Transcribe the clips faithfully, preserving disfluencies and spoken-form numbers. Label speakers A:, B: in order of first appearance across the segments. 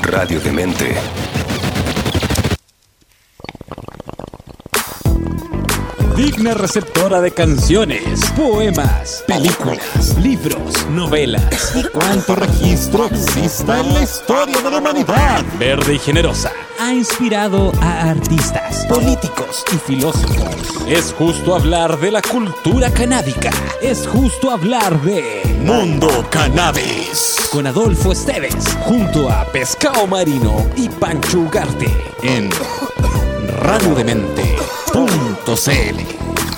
A: Radio Demente.
B: Digna receptora de canciones, poemas, películas, libros, novelas y cuánto registro exista en la historia de la humanidad. Verde y generosa ha inspirado a artistas, políticos y filósofos. Es justo hablar de la cultura canábica. Es justo hablar de Mundo Cannabis con Adolfo Esteves junto a Pescado Marino y Pancho Ugarte en radio demente punto c l.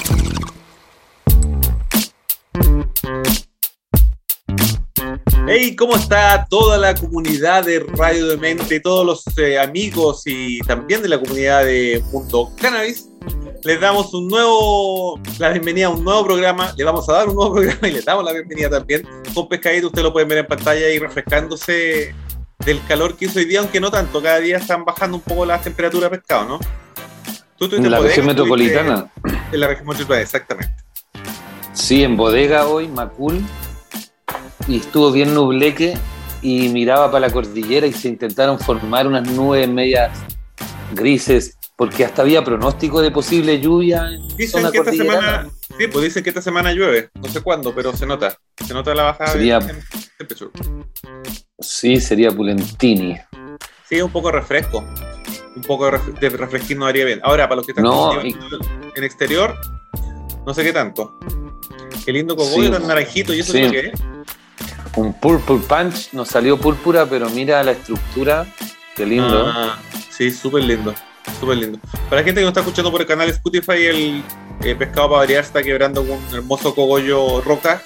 C: Hey, ¿cómo está toda la comunidad de Radio Demente, todos los eh, amigos y también de la comunidad de Mundo Cannabis? Les damos un nuevo, la bienvenida a un nuevo programa, le vamos a dar un nuevo programa y les damos la bienvenida también con Pescadito. Ustedes lo pueden ver en pantalla y refrescándose del calor que hizo hoy día, aunque no tanto, cada día están bajando un poco las temperaturas de pescado, ¿no?
D: ¿Tú en la bodega, región metropolitana?
C: En la región metropolitana, exactamente.
D: Sí, en bodega hoy, Macul, y estuvo bien nubleque y miraba para la cordillera y se intentaron formar unas nubes medias grises, porque hasta había pronóstico de posible lluvia en
C: dicen zona que esta semana, sí, pues dicen que esta semana llueve, no sé cuándo, pero se nota, se nota la bajada
D: sería,
C: en temperatura.
D: Sí, sería Pulentini.
C: Sí, un poco de refresco, un poco de, ref- de refresquín nos haría bien. Ahora, para los que están
D: no, y...
C: en exterior, no sé qué tanto. Qué lindo cogollo, sí, tan naranjito, ¿y eso sí. Es lo que es?
D: Un Purple Punch, nos salió púrpura, pero mira la estructura, qué lindo.
C: Ah, sí, súper lindo, súper lindo. Para la gente que nos está escuchando por el canal Spotify, el eh, pescado para variar está quebrando con un hermoso cogollo roca.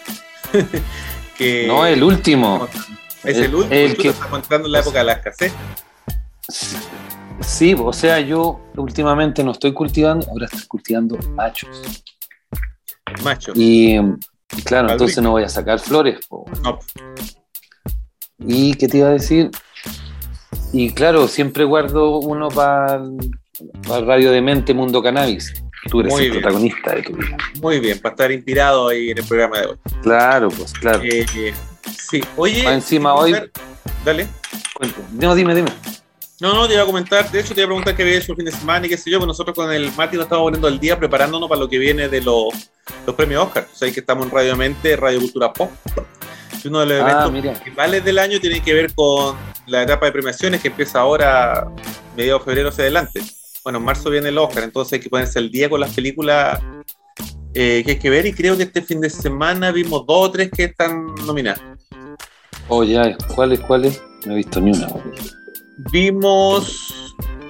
C: que
D: no, el último.
C: Es el, el último,
D: el que
C: está entrando en la época de la escasez.
D: Sí, sí, o sea, yo últimamente no estoy cultivando, ahora estoy cultivando machos.
C: Machos.
D: Y claro, entonces no voy a sacar flores. Po.
C: No.
D: ¿Y qué te iba a decir? Y claro, siempre guardo uno para pa Radio Demente Mundo Cannabis. Tú eres Muy el bien. protagonista de tu vida.
C: Muy bien, para estar inspirado ahí en el programa de hoy.
D: Claro, pues claro.
C: Eh, eh, sí, oye.
D: Más encima hoy.
C: Ver... Dale.
D: No, dime, dime.
C: No, no, te iba a comentar, de hecho te iba a preguntar qué había hecho el fin de semana y qué sé yo, pues nosotros con el Mati nos estamos poniendo al día preparándonos para lo que viene de los, los premios Oscar. O sea, que estamos en Radio Mente, Radio Cultura Pop. Y uno de los
D: ah,
C: eventos
D: mira.
C: principales del año tiene que ver con la etapa de premiaciones que empieza ahora, mediados de febrero hacia adelante. Bueno, en marzo viene el Oscar, entonces hay que ponerse al día con las películas eh, que hay que ver, y creo que este fin de semana vimos dos o tres que están nominadas.
D: Oh, ya, ¿cuáles, cuáles? No he visto ni una.
C: Vimos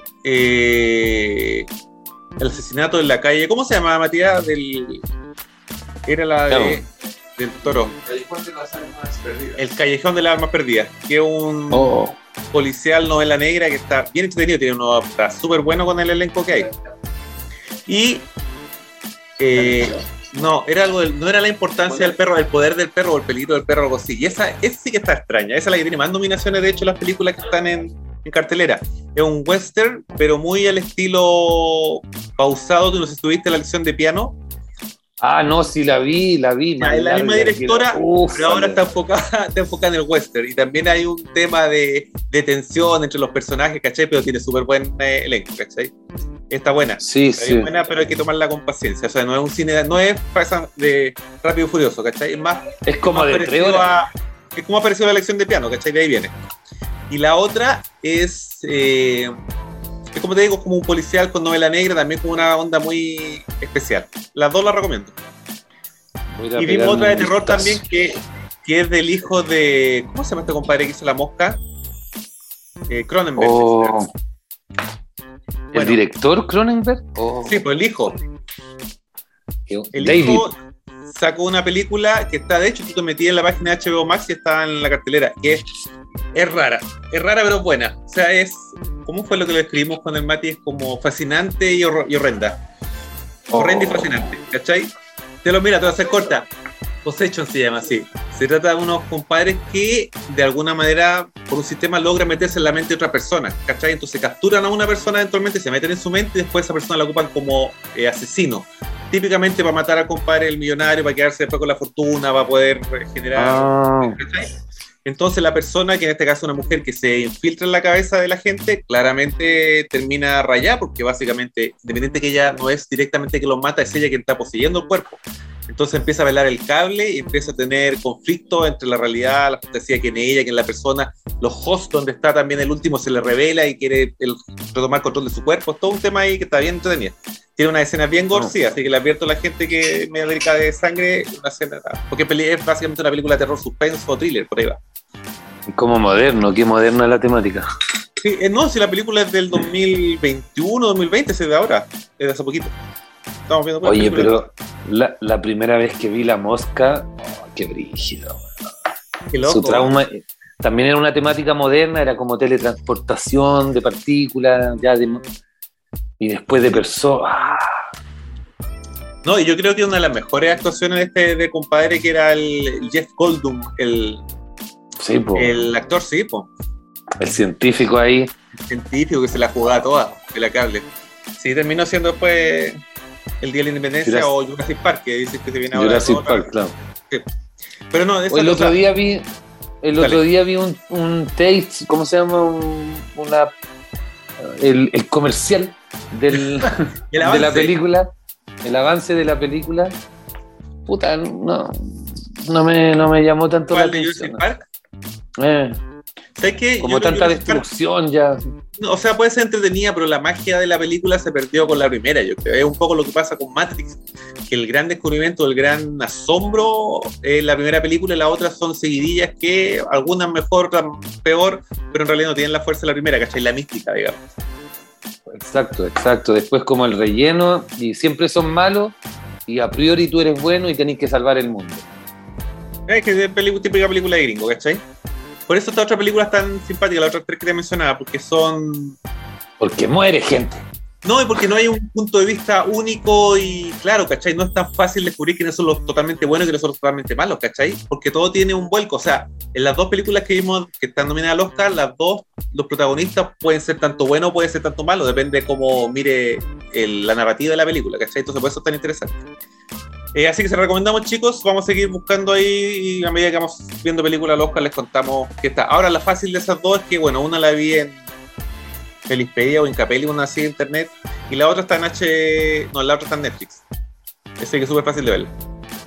C: eh, el asesinato en la calle. ¿Cómo se llamaba, Matías? Del, era la de, claro. del Toro.
E: El callejón de las almas perdidas.
C: El callejón de las almas perdidas. Que es un
D: oh.
C: policial novela negra que está bien entretenido. Tiene uno, está súper bueno con el elenco que hay. Y eh, no, era algo del, no era la importancia del perro, el poder del perro o el peligro del perro, algo así. Y esa, esa sí que está extraña. Esa es la que tiene más nominaciones, de hecho, las películas que están en. en cartelera. Es un western, pero muy al estilo pausado. Tú no sé si tuviste la lección de piano.
D: Ah, no, sí la vi, la vi.
C: Ya, es la misma directora, Uf, pero ahora está enfocada, está enfocada en el western. Y también hay un tema de, de tensión entre los personajes, ¿cachai? Pero tiene súper buen eh, elenco, ¿cachai? Está buena.
D: Sí,
C: está
D: sí.
C: bien buena, pero hay que tomarla con paciencia. O sea, no es un cine, no es de Rápido y Furioso, ¿cachai? Es más,
D: es como
C: más
D: de tres horas.
C: A, es como apareció la lección de piano, ¿cachai? De ahí viene. Y la otra es, eh, es como te digo, como un policial con novela negra, también con una onda muy especial. Las dos las recomiendo. Y vimos otra de terror vistazo. también que, que es del hijo de... ¿Cómo se llama este compadre que hizo La Mosca? Eh, Cronenberg.
D: Oh. ¿El bueno, director Cronenberg?
C: Oh. Sí, pues el hijo. El
D: David.
C: hijo sacó una película que está, de hecho, tú te metías en la página de H B O Max y está en la cartelera, que es, es rara, es rara pero buena. O sea, es, ¿cómo fue lo que lo escribimos con el Mati? Es como fascinante y, hor- y horrenda. Oh. Horrenda y fascinante, ¿cachai? Te lo mira, te voy a hacer corta. Possession se llama así. Se trata de unos compadres que de alguna manera por un sistema logran meterse en la mente de otra persona, ¿cachai? Entonces capturan a una persona eventualmente, se meten en su mente y después esa persona la ocupan como eh, asesino. Típicamente para matar al compadre el millonario, para quedarse después con la fortuna, para poder generar...
D: Ah.
C: ¿cachai? Entonces la persona, que en este caso es una mujer que se infiltra en la cabeza de la gente, claramente termina rayada, porque básicamente, independiente que ella no es directamente que los mata, es ella quien está poseyendo el cuerpo. Entonces empieza a velar el cable y empieza a tener conflicto entre la realidad, la fantasía, quién es ella, quién es la persona, los hosts donde está también el último se le revela y quiere el, retomar control de su cuerpo. Es todo un tema ahí que está bien entretenido. Tiene una escena bien gore, sí, así que le advierto a la gente que me dedica de sangre, una escena, porque es básicamente una película de terror, suspenso o thriller, por ahí va.
D: Como moderno, qué moderna es la temática.
C: Sí, eh, no, si la película es del dos mil veintiuno, dos mil veinte, es de ahora, es de hace poquito. Estamos viendo.
D: Oye, pero la, la primera vez que vi La Mosca, oh, qué brígido.
C: Qué loco.
D: Su trauma también era una temática moderna, era como teletransportación de partículas, ya de, y después de personas. Ah.
C: No, y yo creo que una de las mejores actuaciones de este de compadre, que era el, el Jeff Goldblum, el,
D: sí, po.
C: el actor, sí, po.
D: El científico ahí.
C: El científico que se la jugaba toda, de la cable. Sí, terminó siendo después el Día de la Independencia Jurassic, o Jurassic Park, que dice que se viene ahora.
D: Jurassic Park, claro.
C: Sí. Pero no, esa
D: el otro
C: cosa...
D: día vi, el
C: Dale.
D: otro día vi un, un taste, ¿cómo se llama? Un, una, el, el comercial del, de la película, el avance de la película. Puta, no, no me, no me llamó tanto la atención.
C: ¿Jurassic Park?
D: Eh.
C: ¿Sabes qué?
D: Como
C: yo
D: tanta destrucción ya.
C: No, o sea, puede ser entretenida, pero la magia de la película se perdió con la primera, yo creo. Es un poco lo que pasa con Matrix, que el gran descubrimiento, el gran asombro es la primera película y las otras son seguidillas que algunas mejor, otras peor, pero en realidad no tienen la fuerza de la primera, ¿cachai? La mística, digamos.
D: Exacto, exacto. Después como el relleno, y siempre son malos, y a priori tú eres bueno y tenés que salvar el mundo.
C: Es que es película, típica película de gringo, ¿cachai? Por eso esta otra película es tan simpática, las otras tres que te mencionaba, porque son...
D: Porque muere gente.
C: No, y porque no hay un punto de vista único y claro, ¿cachai? No es tan fácil descubrir quiénes son los totalmente buenos y quiénes son los totalmente malos, ¿cachai? Porque todo tiene un vuelco, o sea, en las dos películas que vimos que están nominadas al Oscar, las dos, los protagonistas pueden ser tanto buenos o pueden ser tanto malos, depende de cómo mire el, la narrativa de la película, ¿cachai? Entonces por eso es tan interesante. Eh, así que se recomendamos, chicos, vamos a seguir buscando ahí y a medida que vamos viendo películas al Oscar les contamos qué está. Ahora la fácil de esas dos es que, bueno, una la vi en Pelispedia o en Capelli, una así de internet, y la otra está en H... No, la otra está en Netflix. Ese que es súper fácil de ver.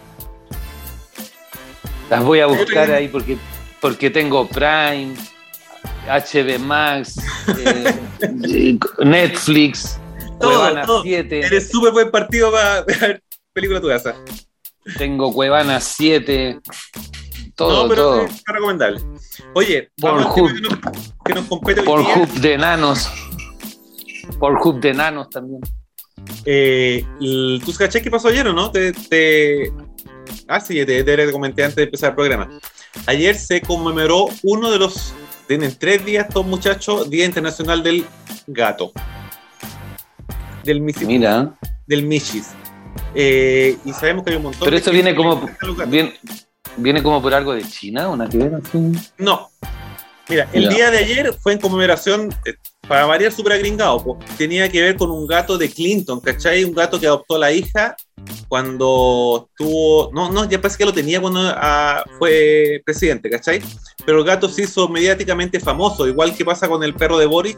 D: Las voy a buscar ahí porque, porque tengo Prime, H B Max, eh, Netflix, Cuevana siete.
C: Eres súper buen partido para ver película de tu casa.
D: Tengo Cuevana siete. Todo,
C: no, pero
D: todo.
C: Está recomendable. Oye,
D: Pornhub,
C: que, nos, que nos compete hoy
D: Pornhub
C: día.
D: de enanos. Pornhub de enanos también.
C: Eh, ¿Tú caché qué pasó ayer o no? Te, te... Ah, sí, te, te, te comenté antes de empezar el programa. Ayer se conmemoró uno de los... Tienen tres días estos muchachos, Día Internacional del Gato. Del Michis.
D: Mira.
C: Del Michis. Eh, y sabemos que hay un montón
D: Pero
C: de...
D: eso viene como... Viene, ¿Viene como por algo de China? ¿Una que ver así?
C: No. Mira, el Mira. día de ayer fue en conmemoración, eh, para variar súper agringado, pues, tenía que ver con un gato de Clinton, ¿cachai? Un gato que adoptó la hija cuando tuvo... No, no, ya parece que lo tenía cuando ah, fue presidente, ¿cachai? Pero el gato se hizo mediáticamente famoso, igual que pasa con el perro de Boric.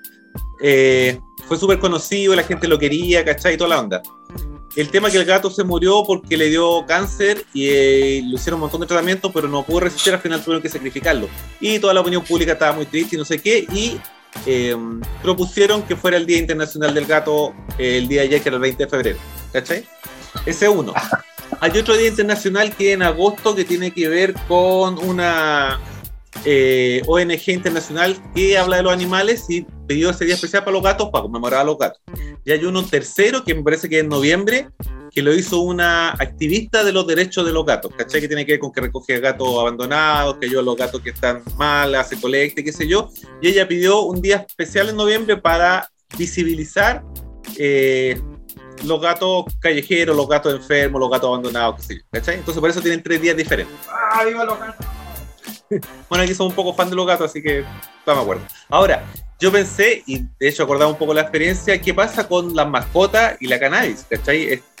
C: Eh, fue súper conocido, la gente lo quería, ¿cachai? Y toda la onda. El tema es que el gato se murió porque le dio cáncer y eh, le hicieron un montón de tratamientos, pero no pudo resistir, al final tuvieron que sacrificarlo. Y toda la opinión pública estaba muy triste y no sé qué, y eh, propusieron que fuera el Día Internacional del Gato eh, el día de ayer, que era el veinte de febrero. ¿Cachai? Ese uno. Hay otro día internacional que es en agosto, que tiene que ver con una eh, O N G internacional que habla de los animales y pidió ese día especial para los gatos, para conmemorar a los gatos. Y hay uno tercero, que me parece que es en noviembre, que lo hizo una activista de los derechos de los gatos, ¿cachai? Que tiene que ver con que recoge gatos abandonados, que ayuda a los gatos que están mal, hace colecta, qué sé yo. Y ella pidió un día especial en noviembre para visibilizar eh, los gatos callejeros, los gatos enfermos, los gatos abandonados, qué sé yo, ¿cachai? Entonces por eso tienen tres días diferentes.
E: ¡Ah, viva los gatos!
C: Bueno, aquí somos un poco fan de los gatos, así que estamos de acuerdo. Ahora, yo pensé, y de hecho acordaba un poco la experiencia, ¿qué pasa con las mascotas y la cannabis? ¿Cachai? Es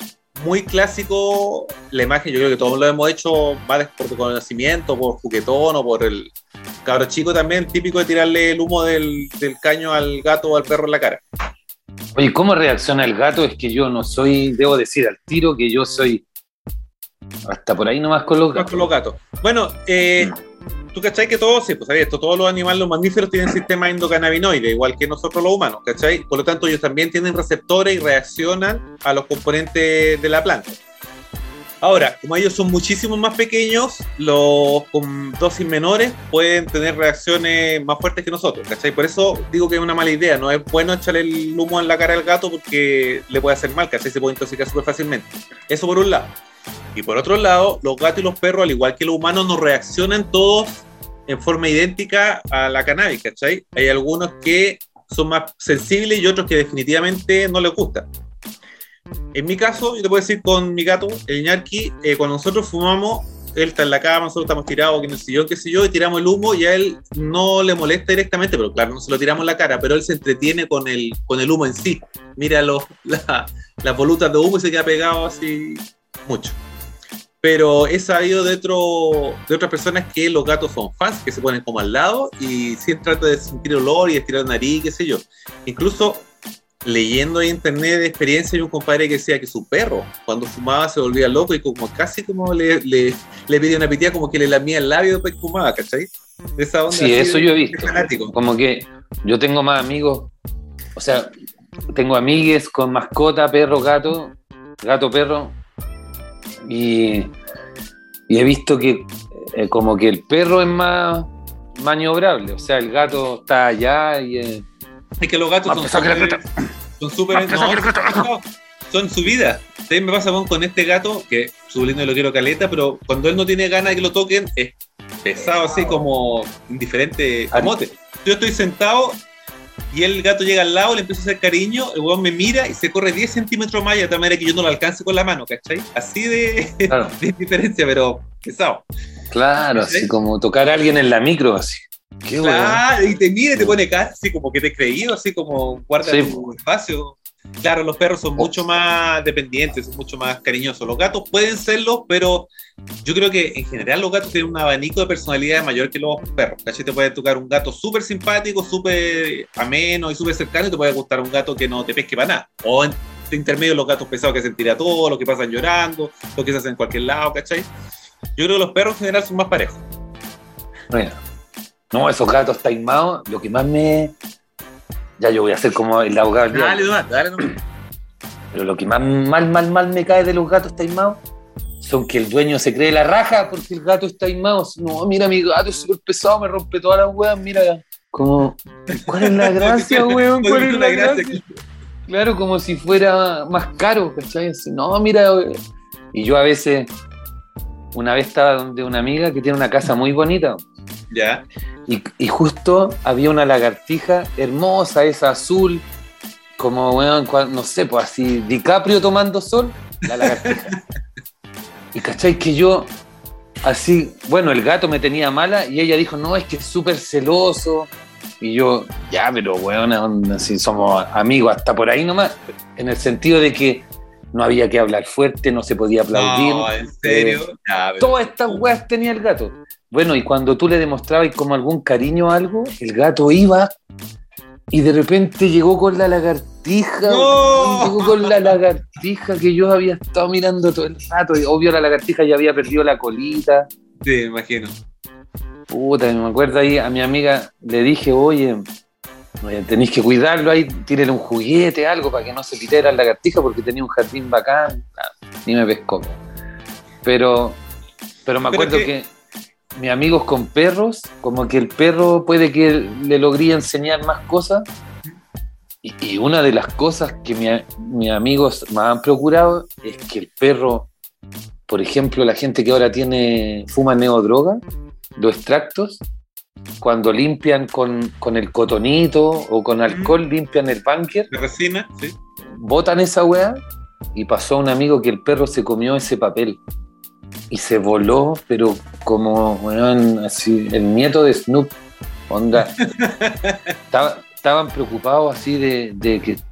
C: muy clásico la imagen, yo creo que todos lo hemos hecho, más por conocimiento, por juguetón o por el cabro chico también, típico de tirarle el humo del, del caño al gato o al perro en la cara.
D: Oye, ¿cómo reacciona el gato? Es que yo no soy, debo decir al tiro que yo soy hasta por ahí nomás con los gatos.
C: Más con los gatos. Bueno, eh, tú cachai que todos, sí, pues sabes esto, todos los animales, los mamíferos tienen sistema endocannabinoide, igual que nosotros los humanos, ¿cachai? Por lo tanto, ellos también tienen receptores y reaccionan a los componentes de la planta. Ahora, como ellos son muchísimo más pequeños, los con dosis menores pueden tener reacciones más fuertes que nosotros, ¿cachai? Por eso digo que es una mala idea, no es bueno echarle el humo en la cara al gato porque le puede hacer mal, ¿cachai? Se puede intoxicar súper fácilmente. Eso por un lado. Y por otro lado, los gatos y los perros, al igual que los humanos, no reaccionan todos en forma idéntica a la cannabis, ¿cachai? Hay algunos que son más sensibles y otros que definitivamente no les gusta. En mi caso, yo te puedo decir con mi gato, el Ñarqui, eh, cuando nosotros fumamos, él está en la cama, nosotros estamos tirados en el sillón, qué sé yo, y tiramos el humo y a él no le molesta directamente, pero claro, no se lo tiramos en la cara, pero él se entretiene con el, con el humo en sí. Mira los, la, las volutas de humo y se queda pegado así mucho. Pero he sabido de, otro, de otras personas que los gatos son fans, que se ponen como al lado y siempre tratan de sentir olor y estirar nariz, qué sé yo. Incluso leyendo en internet de experiencia, hay un compadre que decía que su perro, cuando fumaba, se volvía loco y como casi como le, le, le pedía una pitilla, como que le lamía el labio después que fumaba, ¿cachai? De esa onda.
D: Sí, eso
C: de,
D: yo he visto. Como que yo tengo más amigos, o sea, tengo amigues con mascota, perro, gato, gato, perro, y, y he visto que eh, como que el perro es más maniobrable, o sea, el gato está allá y... Eh,
C: es que los gatos son súper... Son súper... No, no, son su vida. También me pasa con, con este gato, que su lindo y lo quiero caleta, pero cuando él no tiene ganas de que lo toquen, es pesado así como indiferente camote. Yo estoy sentado y el gato llega al lado, le empiezo a hacer cariño, el huevón me mira y se corre diez centímetros más, y de tal manera que yo no lo alcance con la mano, ¿cachai? Así de, claro. de diferencia, pero pesado.
D: Claro, ¿cachai? Así como tocar a alguien en la micro, así. Qué
C: claro, bueno. Y te mira y te pone cara así como que te he creído, así como guarda sí. tu espacio. Claro, los perros son mucho más dependientes, son mucho más cariñosos. Los gatos pueden serlo, pero yo creo que en general los gatos tienen un abanico de personalidad mayor que los perros. ¿Cachai? Te puede tocar un gato súper simpático, súper ameno y súper cercano, y te puede gustar un gato que no te pesque para nada. O en intermedio los gatos pesados que se tiran todo, los que pasan llorando, los que se hacen en cualquier lado, ¿cachai? Yo creo que los perros en general son más parejos.
D: Bueno, no, esos gatos taimados, lo que más me... Ya yo voy a hacer como el abogado.
C: Dale, dale, dale, dale.
D: Pero lo que más mal, mal, mal me cae de los gatos taimados son que el dueño se cree la raja porque el gato está taimado. No, mira, mi gato es súper pesado, me rompe todas las weas, mira. Como, ¿cuál es la gracia, weón? ¿Cuál es la gracia? Claro, como si fuera más caro, ¿cachai? No, mira, weón. Y yo a veces, una vez estaba donde una amiga que tiene una casa muy bonita.
C: Ya.
D: Y, y justo había una lagartija hermosa, esa azul, como, bueno, no sé, pues así, DiCaprio tomando sol, la lagartija. Y cachai que yo, así, bueno, el gato me tenía mala y ella dijo, no, es que es súper celoso. Y yo, ya, pero bueno, así somos amigos hasta por ahí nomás, en el sentido de que no había que hablar fuerte, no se podía aplaudir.
C: No, ¿en serio?
D: Eh, ya, pero... Todas estas weas tenía el gato. Bueno, y cuando tú le demostrabas como algún cariño a algo, el gato iba y de repente llegó con la lagartija.
C: ¡No!
D: Llegó con la lagartija que yo había estado mirando todo el rato. Y obvio la lagartija ya había perdido la colita.
C: Sí, me imagino.
D: Puta, me acuerdo ahí a mi amiga, le dije, oye, tenéis que cuidarlo ahí, tírele un juguete, algo, para que no se pitera la lagartija, porque tenía un jardín bacán. Nah, ni me pescó. Pero, pero me acuerdo pero que... que mis amigos con perros, como que el perro puede que le logre enseñar más cosas, y, y una de las cosas que mi, mis amigos me han procurado es que el perro, por ejemplo, la gente que ahora tiene fuma neodroga, los extractos, cuando limpian con, con el cotonito o con alcohol, mm. limpian el bunker,
C: de resina, sí.
D: Botan esa weá, y pasó a un amigo que el perro se comió ese papel y se voló, pero como, bueno, así, el nieto de Snoop, onda. Estaba, estaban preocupados así de, de que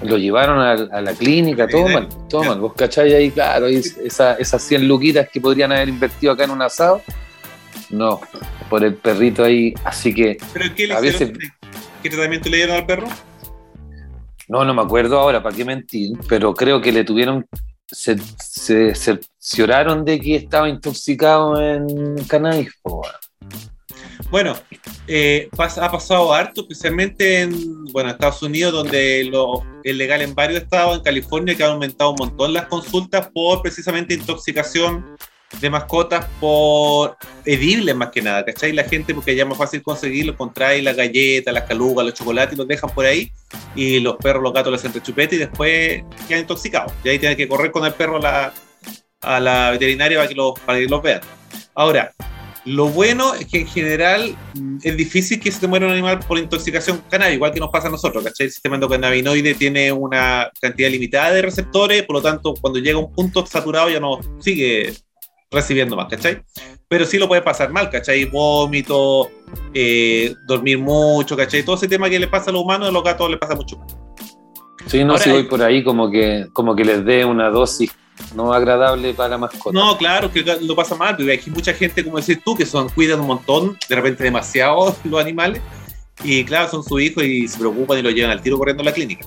D: Lo llevaron a, a la clínica, todo mal, todo mal. Vos cachai ahí, claro, ahí esa, esas cien luquitas que podrían haber invertido acá en un asado, no, por el perrito ahí, así que
C: ¿Pero qué le
D: a veces...
C: hicieron? ¿Qué tratamiento le dieron al perro?
D: No, no me acuerdo ahora, para qué mentir, pero creo que le tuvieron, se, se cercioraron de que estaba intoxicado en cannabis. Oh.
C: Bueno, eh, pasa, ha pasado harto, especialmente en bueno, Estados Unidos, donde lo, es legal en varios estados, en California, que ha aumentado un montón las consultas por precisamente intoxicación de mascotas por edibles más que nada, ¿cachai? La gente, porque ya es más fácil conseguirlo, contrae las galletas, las calugas, los chocolates y los dejan por ahí, y los perros, los gatos les hacen chupete y después quedan intoxicados. Y ahí tienen que correr con el perro a la, a la veterinaria para que, los, para que los vean. Ahora, lo bueno es que en general es difícil que se te muera un animal por intoxicación cannabis, igual que nos pasa a nosotros, ¿cachai? El sistema endocannabinoide tiene una cantidad limitada de receptores, por lo tanto, cuando llega a un punto saturado ya no sigue recibiendo más, ¿cachai? Pero sí lo puede pasar mal, ¿cachai? Vómito, eh, dormir mucho, ¿cachai? Todo ese tema que le pasa a los humanos, a los gatos les pasa mucho.
D: Sí, no,
C: Ahora,
D: si voy por ahí como que, como que les dé una dosis no agradable para la mascota.
C: No, claro, que lo pasa mal, porque hay mucha gente, como decís tú, que son, cuidan un montón, de repente demasiado los animales, y claro, son sus hijos y se preocupan y lo llevan al tiro corriendo a la clínica.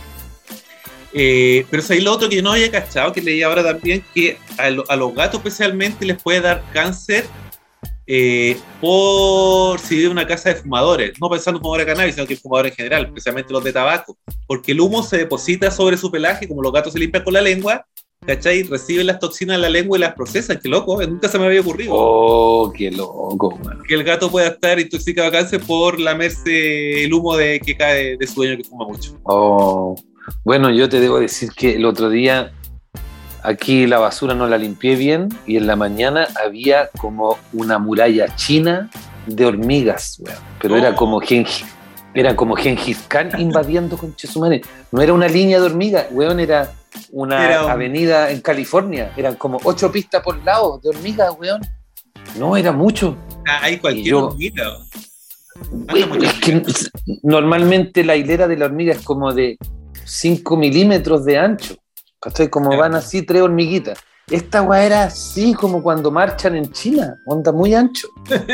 C: Eh, pero es ahí lo otro que yo no había cachado, que leí ahora también, que a, lo, a los gatos especialmente les puede dar cáncer eh, por si vive en una casa de fumadores, no pensando en fumadores de cannabis, sino que fumadores en general, especialmente los de tabaco, porque el humo se deposita sobre su pelaje, como los gatos se limpian con la lengua, ¿cachai? Reciben las toxinas en la lengua y las procesan. Qué loco, nunca se me había ocurrido.
D: Oh, qué loco, man.
C: Que el gato pueda estar intoxicado de cáncer por lamerse el humo de, que cae de su dueño que fuma mucho.
D: Oh, bueno, yo te debo decir que el otro día aquí la basura no la limpié bien y en la mañana había como una muralla china de hormigas, weón. Pero oh. era como Gengis, era como Gengis Khan invadiendo con Chesumare. No era una línea de hormigas, weón, era una era un... avenida en California. Eran como ocho pistas por lado de hormigas, weón. No, era mucho.
C: Ah, hay cualquier yo, hormiga.
D: Weón, es que normalmente la hilera de la hormiga es como de cinco milímetros de ancho. ¿Cachai? Como claro. Van así tres hormiguitas. Esta weá era así como cuando marchan en China, onda muy ancho.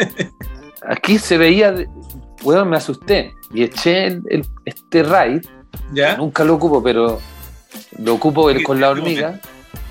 D: Aquí se veía, weón, me asusté y eché el, el, este raid.
C: ¿Ya?
D: Nunca lo ocupo, pero lo ocupo el, con la hormiga.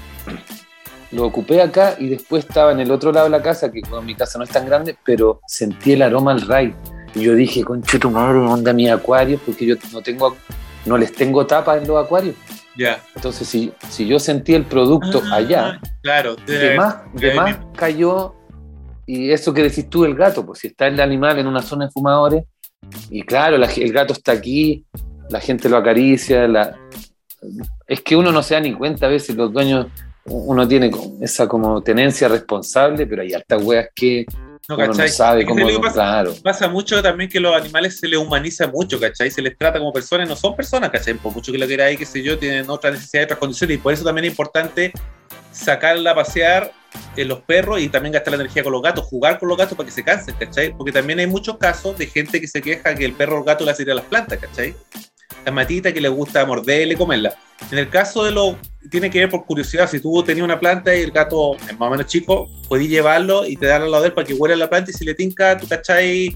D: Lo ocupé acá y después estaba en el otro lado de la casa, que bueno, mi casa no es tan grande, pero sentí el aroma al raid. Y yo dije, conche tu madre, onda mi acuario, porque yo no tengo, no les tengo tapa en los acuarios.
C: Ya.
D: Entonces, si, si yo sentí el producto ah, allá,
C: claro,
D: de más, de más cayó, y eso que decís tú, el gato, pues si está el animal en una zona de fumadores, y claro, la, el gato está aquí, la gente lo acaricia, la, es que uno no se da ni cuenta a veces, los dueños, uno tiene esa como tenencia responsable, pero hay hartas weas que
C: no,
D: uno
C: ¿cachai?
D: no sabe cómo,
C: pasa,
D: claro.
C: Pasa mucho también que los animales se les humaniza mucho, ¿cachai? Se les trata como personas, no son personas, ¿cachai? Por mucho que lo quiera ahí, qué sé yo, tienen otras necesidades, otras condiciones, y por eso también es importante sacarla a pasear en los perros y también gastar la energía con los gatos, jugar con los gatos para que se cansen, ¿cachai? Porque también hay muchos casos de gente que se queja que el perro o el gato le hace ir a las plantas, ¿cachai? Las matitas que les gusta morderle y comerla. En el caso de los, tiene que ver por curiosidad, si tú tenías una planta y el gato es más o menos chico, podés llevarlo y te dan al lado de él para que huela la planta y si le tinca, tú, ¿cachai?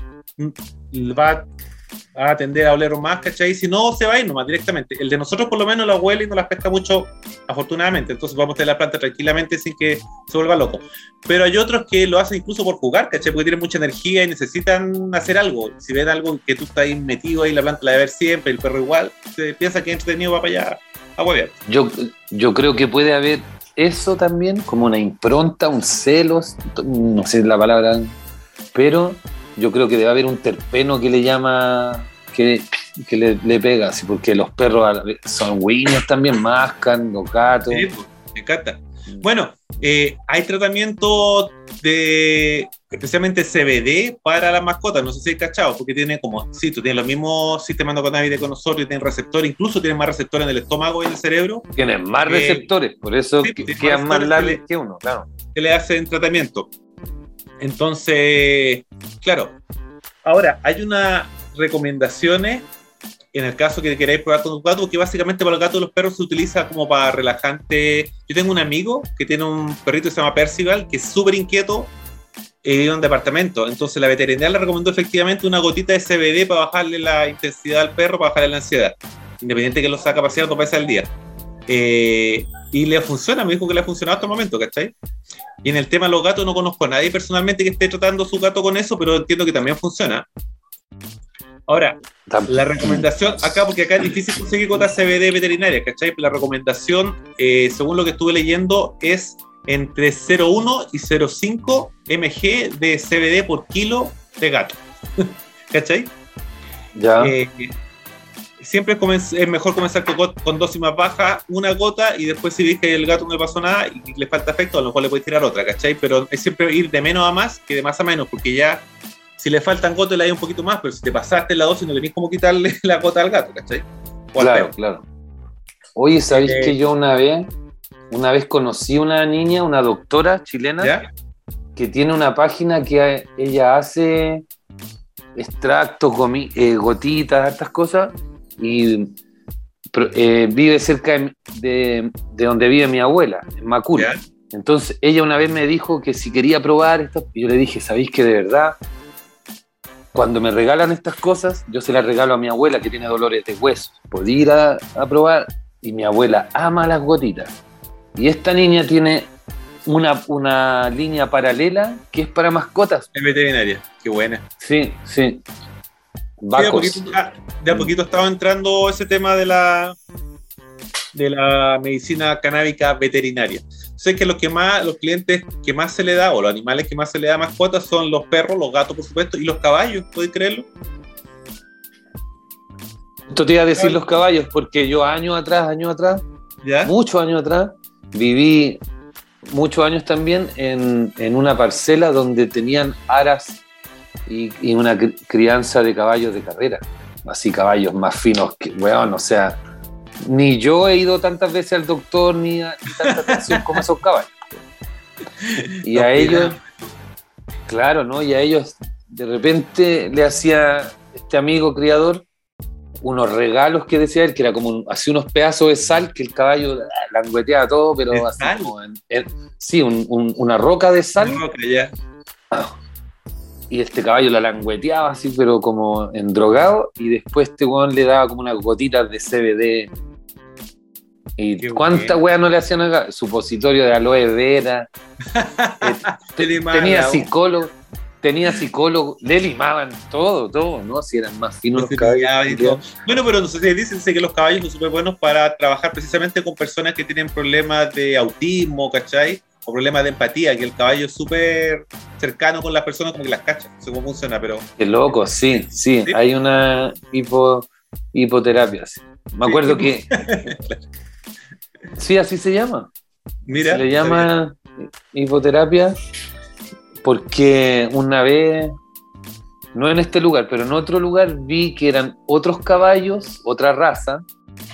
C: Va a tender a oler más, ¿cachai? Si no, se va a ir nomás directamente. El de nosotros por lo menos la huele y no la pesca mucho, afortunadamente, entonces vamos a tener la planta tranquilamente sin que se vuelva loco. Pero hay otros que lo hacen incluso por jugar, ¿cachai? Porque tienen mucha energía y necesitan hacer algo. Si ven algo que tú estás ahí metido ahí, la planta la debe ver siempre, el perro igual, se piensa que es entretenido, va para allá a huevear.
D: Yo, yo creo que puede haber eso también, como una impronta, un celos, no sé la palabra, pero yo creo que debe haber un terpeno que le llama, que, que le, le pega, así, porque los perros son güiños también, mascan, los gatos.
C: Sí, pues, me encanta. Bueno, eh, hay tratamiento de, especialmente C B D para las mascotas, no sé si hay cachado, porque tiene como, sí, tú tienes los mismos sistemas endocannabinoides con nosotros y tienen receptores, incluso tienen más receptores en el estómago y en el cerebro.
D: Tienen más eh, receptores, por eso sí, que, quedan más largos que, que uno, claro.
C: Que le hacen tratamiento. Entonces, claro, ahora hay unas recomendaciones en el caso que queráis probar con un gato, porque básicamente para los gatos y los perros se utiliza como para relajante. Yo tengo un amigo que tiene un perrito que se llama Percival, que es súper inquieto, y vive en un departamento. Entonces la veterinaria le recomendó efectivamente una gotita de C B D para bajarle la intensidad al perro, para bajarle la ansiedad, independiente que lo saca a pasear dos veces al día. Eh, y le funciona, me dijo que le ha funcionado hasta el momento, ¿cachai? Y en el tema de los gatos no conozco a nadie personalmente que esté tratando a su gato con eso, pero entiendo que también funciona. Ahora, la recomendación acá, porque acá es difícil conseguir gotas C B D veterinarias, ¿cachai? La recomendación, eh, según lo que estuve leyendo, es entre cero coma uno y cero coma cinco miligramos de C B D por kilo de gato. ¿Cachai?
D: Ya.
C: Eh, siempre es, es mejor comenzar con, con dosis más baja, una gota, y después si ves que el gato no le pasó nada y le falta efecto, a lo mejor le puedes tirar otra, ¿cachai? Pero es siempre ir de menos a más que de más a menos, porque ya si le faltan gotas le hay un poquito más, pero si te pasaste la dosis no tenés como quitarle la gota al gato, ¿cachai? O
D: claro, claro. Oye, ¿sabéis
C: eh,
D: que yo una vez, una vez conocí a una niña, una doctora chilena,
C: ¿ya?
D: que tiene una página que ella hace extractos, gomi, eh, gotitas, estas cosas, y eh, vive cerca de, de, de donde vive mi abuela, en Macul.
C: ¿Ya?
D: Entonces ella una vez me dijo que si quería probar esto, y yo le dije, ¿sabéis que de verdad, cuando me regalan estas cosas, yo se las regalo a mi abuela que tiene dolores de huesos? Podía ir a, a probar, y mi abuela ama las gotitas. Y esta niña tiene una, una línea paralela que es para mascotas.
C: Es veterinaria, qué buena.
D: Sí, sí.
C: Sí, de, a
D: Vacos.
C: poquito, de a poquito estaba entrando ese tema de la de la medicina canábica veterinaria. Sé que los que más, los clientes que más se le da, o los animales que más se le da mascotas, son los perros, los gatos, por supuesto, y los caballos, ¿puedes creerlo?
D: Esto te iba a decir los caballos, porque yo años atrás, años atrás,
C: ¿Ya?
D: muchos años atrás, viví muchos años también en, en una parcela donde tenían aras y, y una cri- crianza de caballos de carrera. Así caballos más finos que, weón, o sea, ni yo he ido tantas veces al doctor ni, a, ni tanta atención como esos caballos. Y
C: No,
D: a
C: mira.
D: ellos, claro, ¿no? Y a ellos de repente le hacía este amigo criador unos regalos que decía él, que era como un, hacía unos pedazos de sal que el caballo langueteaba todo, pero
C: ¿De
D: así
C: sal?
D: como en, en, sí, un, un, una roca de sal.
C: No, que ya.
D: Y este caballo la langueteaba así, pero como endrogado, y después este weón le daba como unas gotitas de C B D. Y
C: Qué
D: cuánta
C: bueno.
D: weá no le hacían acá, supositorio de aloe vera. eh, te-
C: Le limaban
D: tenía
C: la-
D: psicólogo, tenía psicólogo, le limaban todo, todo, ¿no? Si eran más finos los
C: los
D: caballos.
C: pillaban y todo. Bueno, pero no sé si dicen que los caballos son súper buenos para trabajar precisamente con personas que tienen problemas de autismo, ¿cachai? O problemas de empatía, que el caballo es súper cercano con las personas, como que las cacha. No sé cómo funciona, pero
D: Qué loco, sí, sí,
C: ¿Sí?
D: hay una hipo, hipoterapia. Sí. Me
C: Sí.
D: acuerdo que... Sí, así se llama.
C: mira.
D: Se le llama hipoterapia porque una vez, no en este lugar, pero en otro lugar vi que eran otros caballos, otra raza,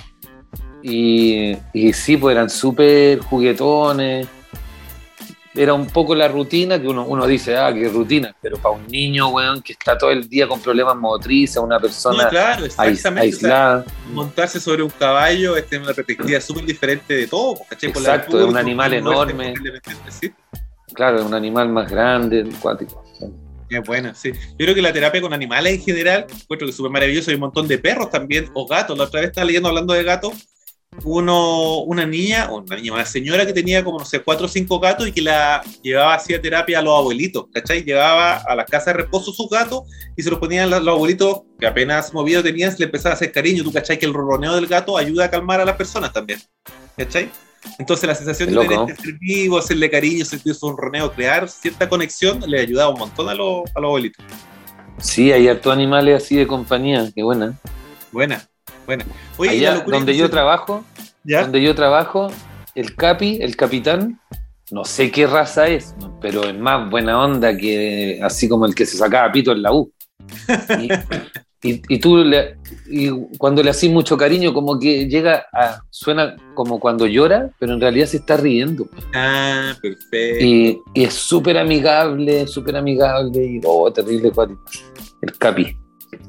D: y, y sí, pues eran súper juguetones. Era un poco la rutina que uno, uno dice, ah, qué rutina, pero para un niño, weón, que está todo el día con problemas motrices, una persona
C: No, claro,
D: ais-
C: exactamente. O sea,
D: aislada.
C: montarse sobre un caballo es tener una perspectiva súper diferente de todo, ¿cachai? Por la
D: Exacto,
C: altura,
D: es un
C: por
D: animal
C: el muerte,
D: enorme.
C: por el independiente, sí.
D: Claro, es un animal más grande, acuático.
C: Es buena, sí. Yo creo que la terapia con animales en general, encuentro que es súper maravilloso. Hay un montón de perros también, o gatos. La otra vez estaba leyendo, hablando de gatos, uno, una niña, o una niña, una señora que tenía como, no sé, cuatro o cinco gatos y que la llevaba hacia terapia a los abuelitos, ¿cachai? Llevaba a la casa de reposo sus gatos y se los ponían los, los abuelitos que apenas movido tenían, le empezaba a hacer cariño. Tú, ¿cachai? Que el ronroneo del gato ayuda a calmar a las personas también, ¿cachai? Entonces la sensación
D: Qué
C: de
D: loco,
C: tener
D: ¿no?
C: este ser vivo, hacerle cariño, sentir su ronroneo, crear cierta conexión, le ayudaba un montón a los, a los abuelitos.
D: Sí, hay hartos animales así de compañía, qué buena.
C: Buena, buena. Oye, y la
D: Allá
C: locura
D: donde
C: que
D: yo
C: se-
D: trabajo,
C: ¿Ya?
D: donde yo trabajo, el capi, el capitán, no sé qué raza es, pero es más buena onda que así como el que se sacaba pito en la U. Y, y, y tú le, y cuando le haces mucho cariño, como que llega a, suena como cuando llora, pero en realidad se está riendo.
C: Ah, perfecto.
D: Y, y es súper amigable, súper amigable, y oh, terrible cuático. El capi.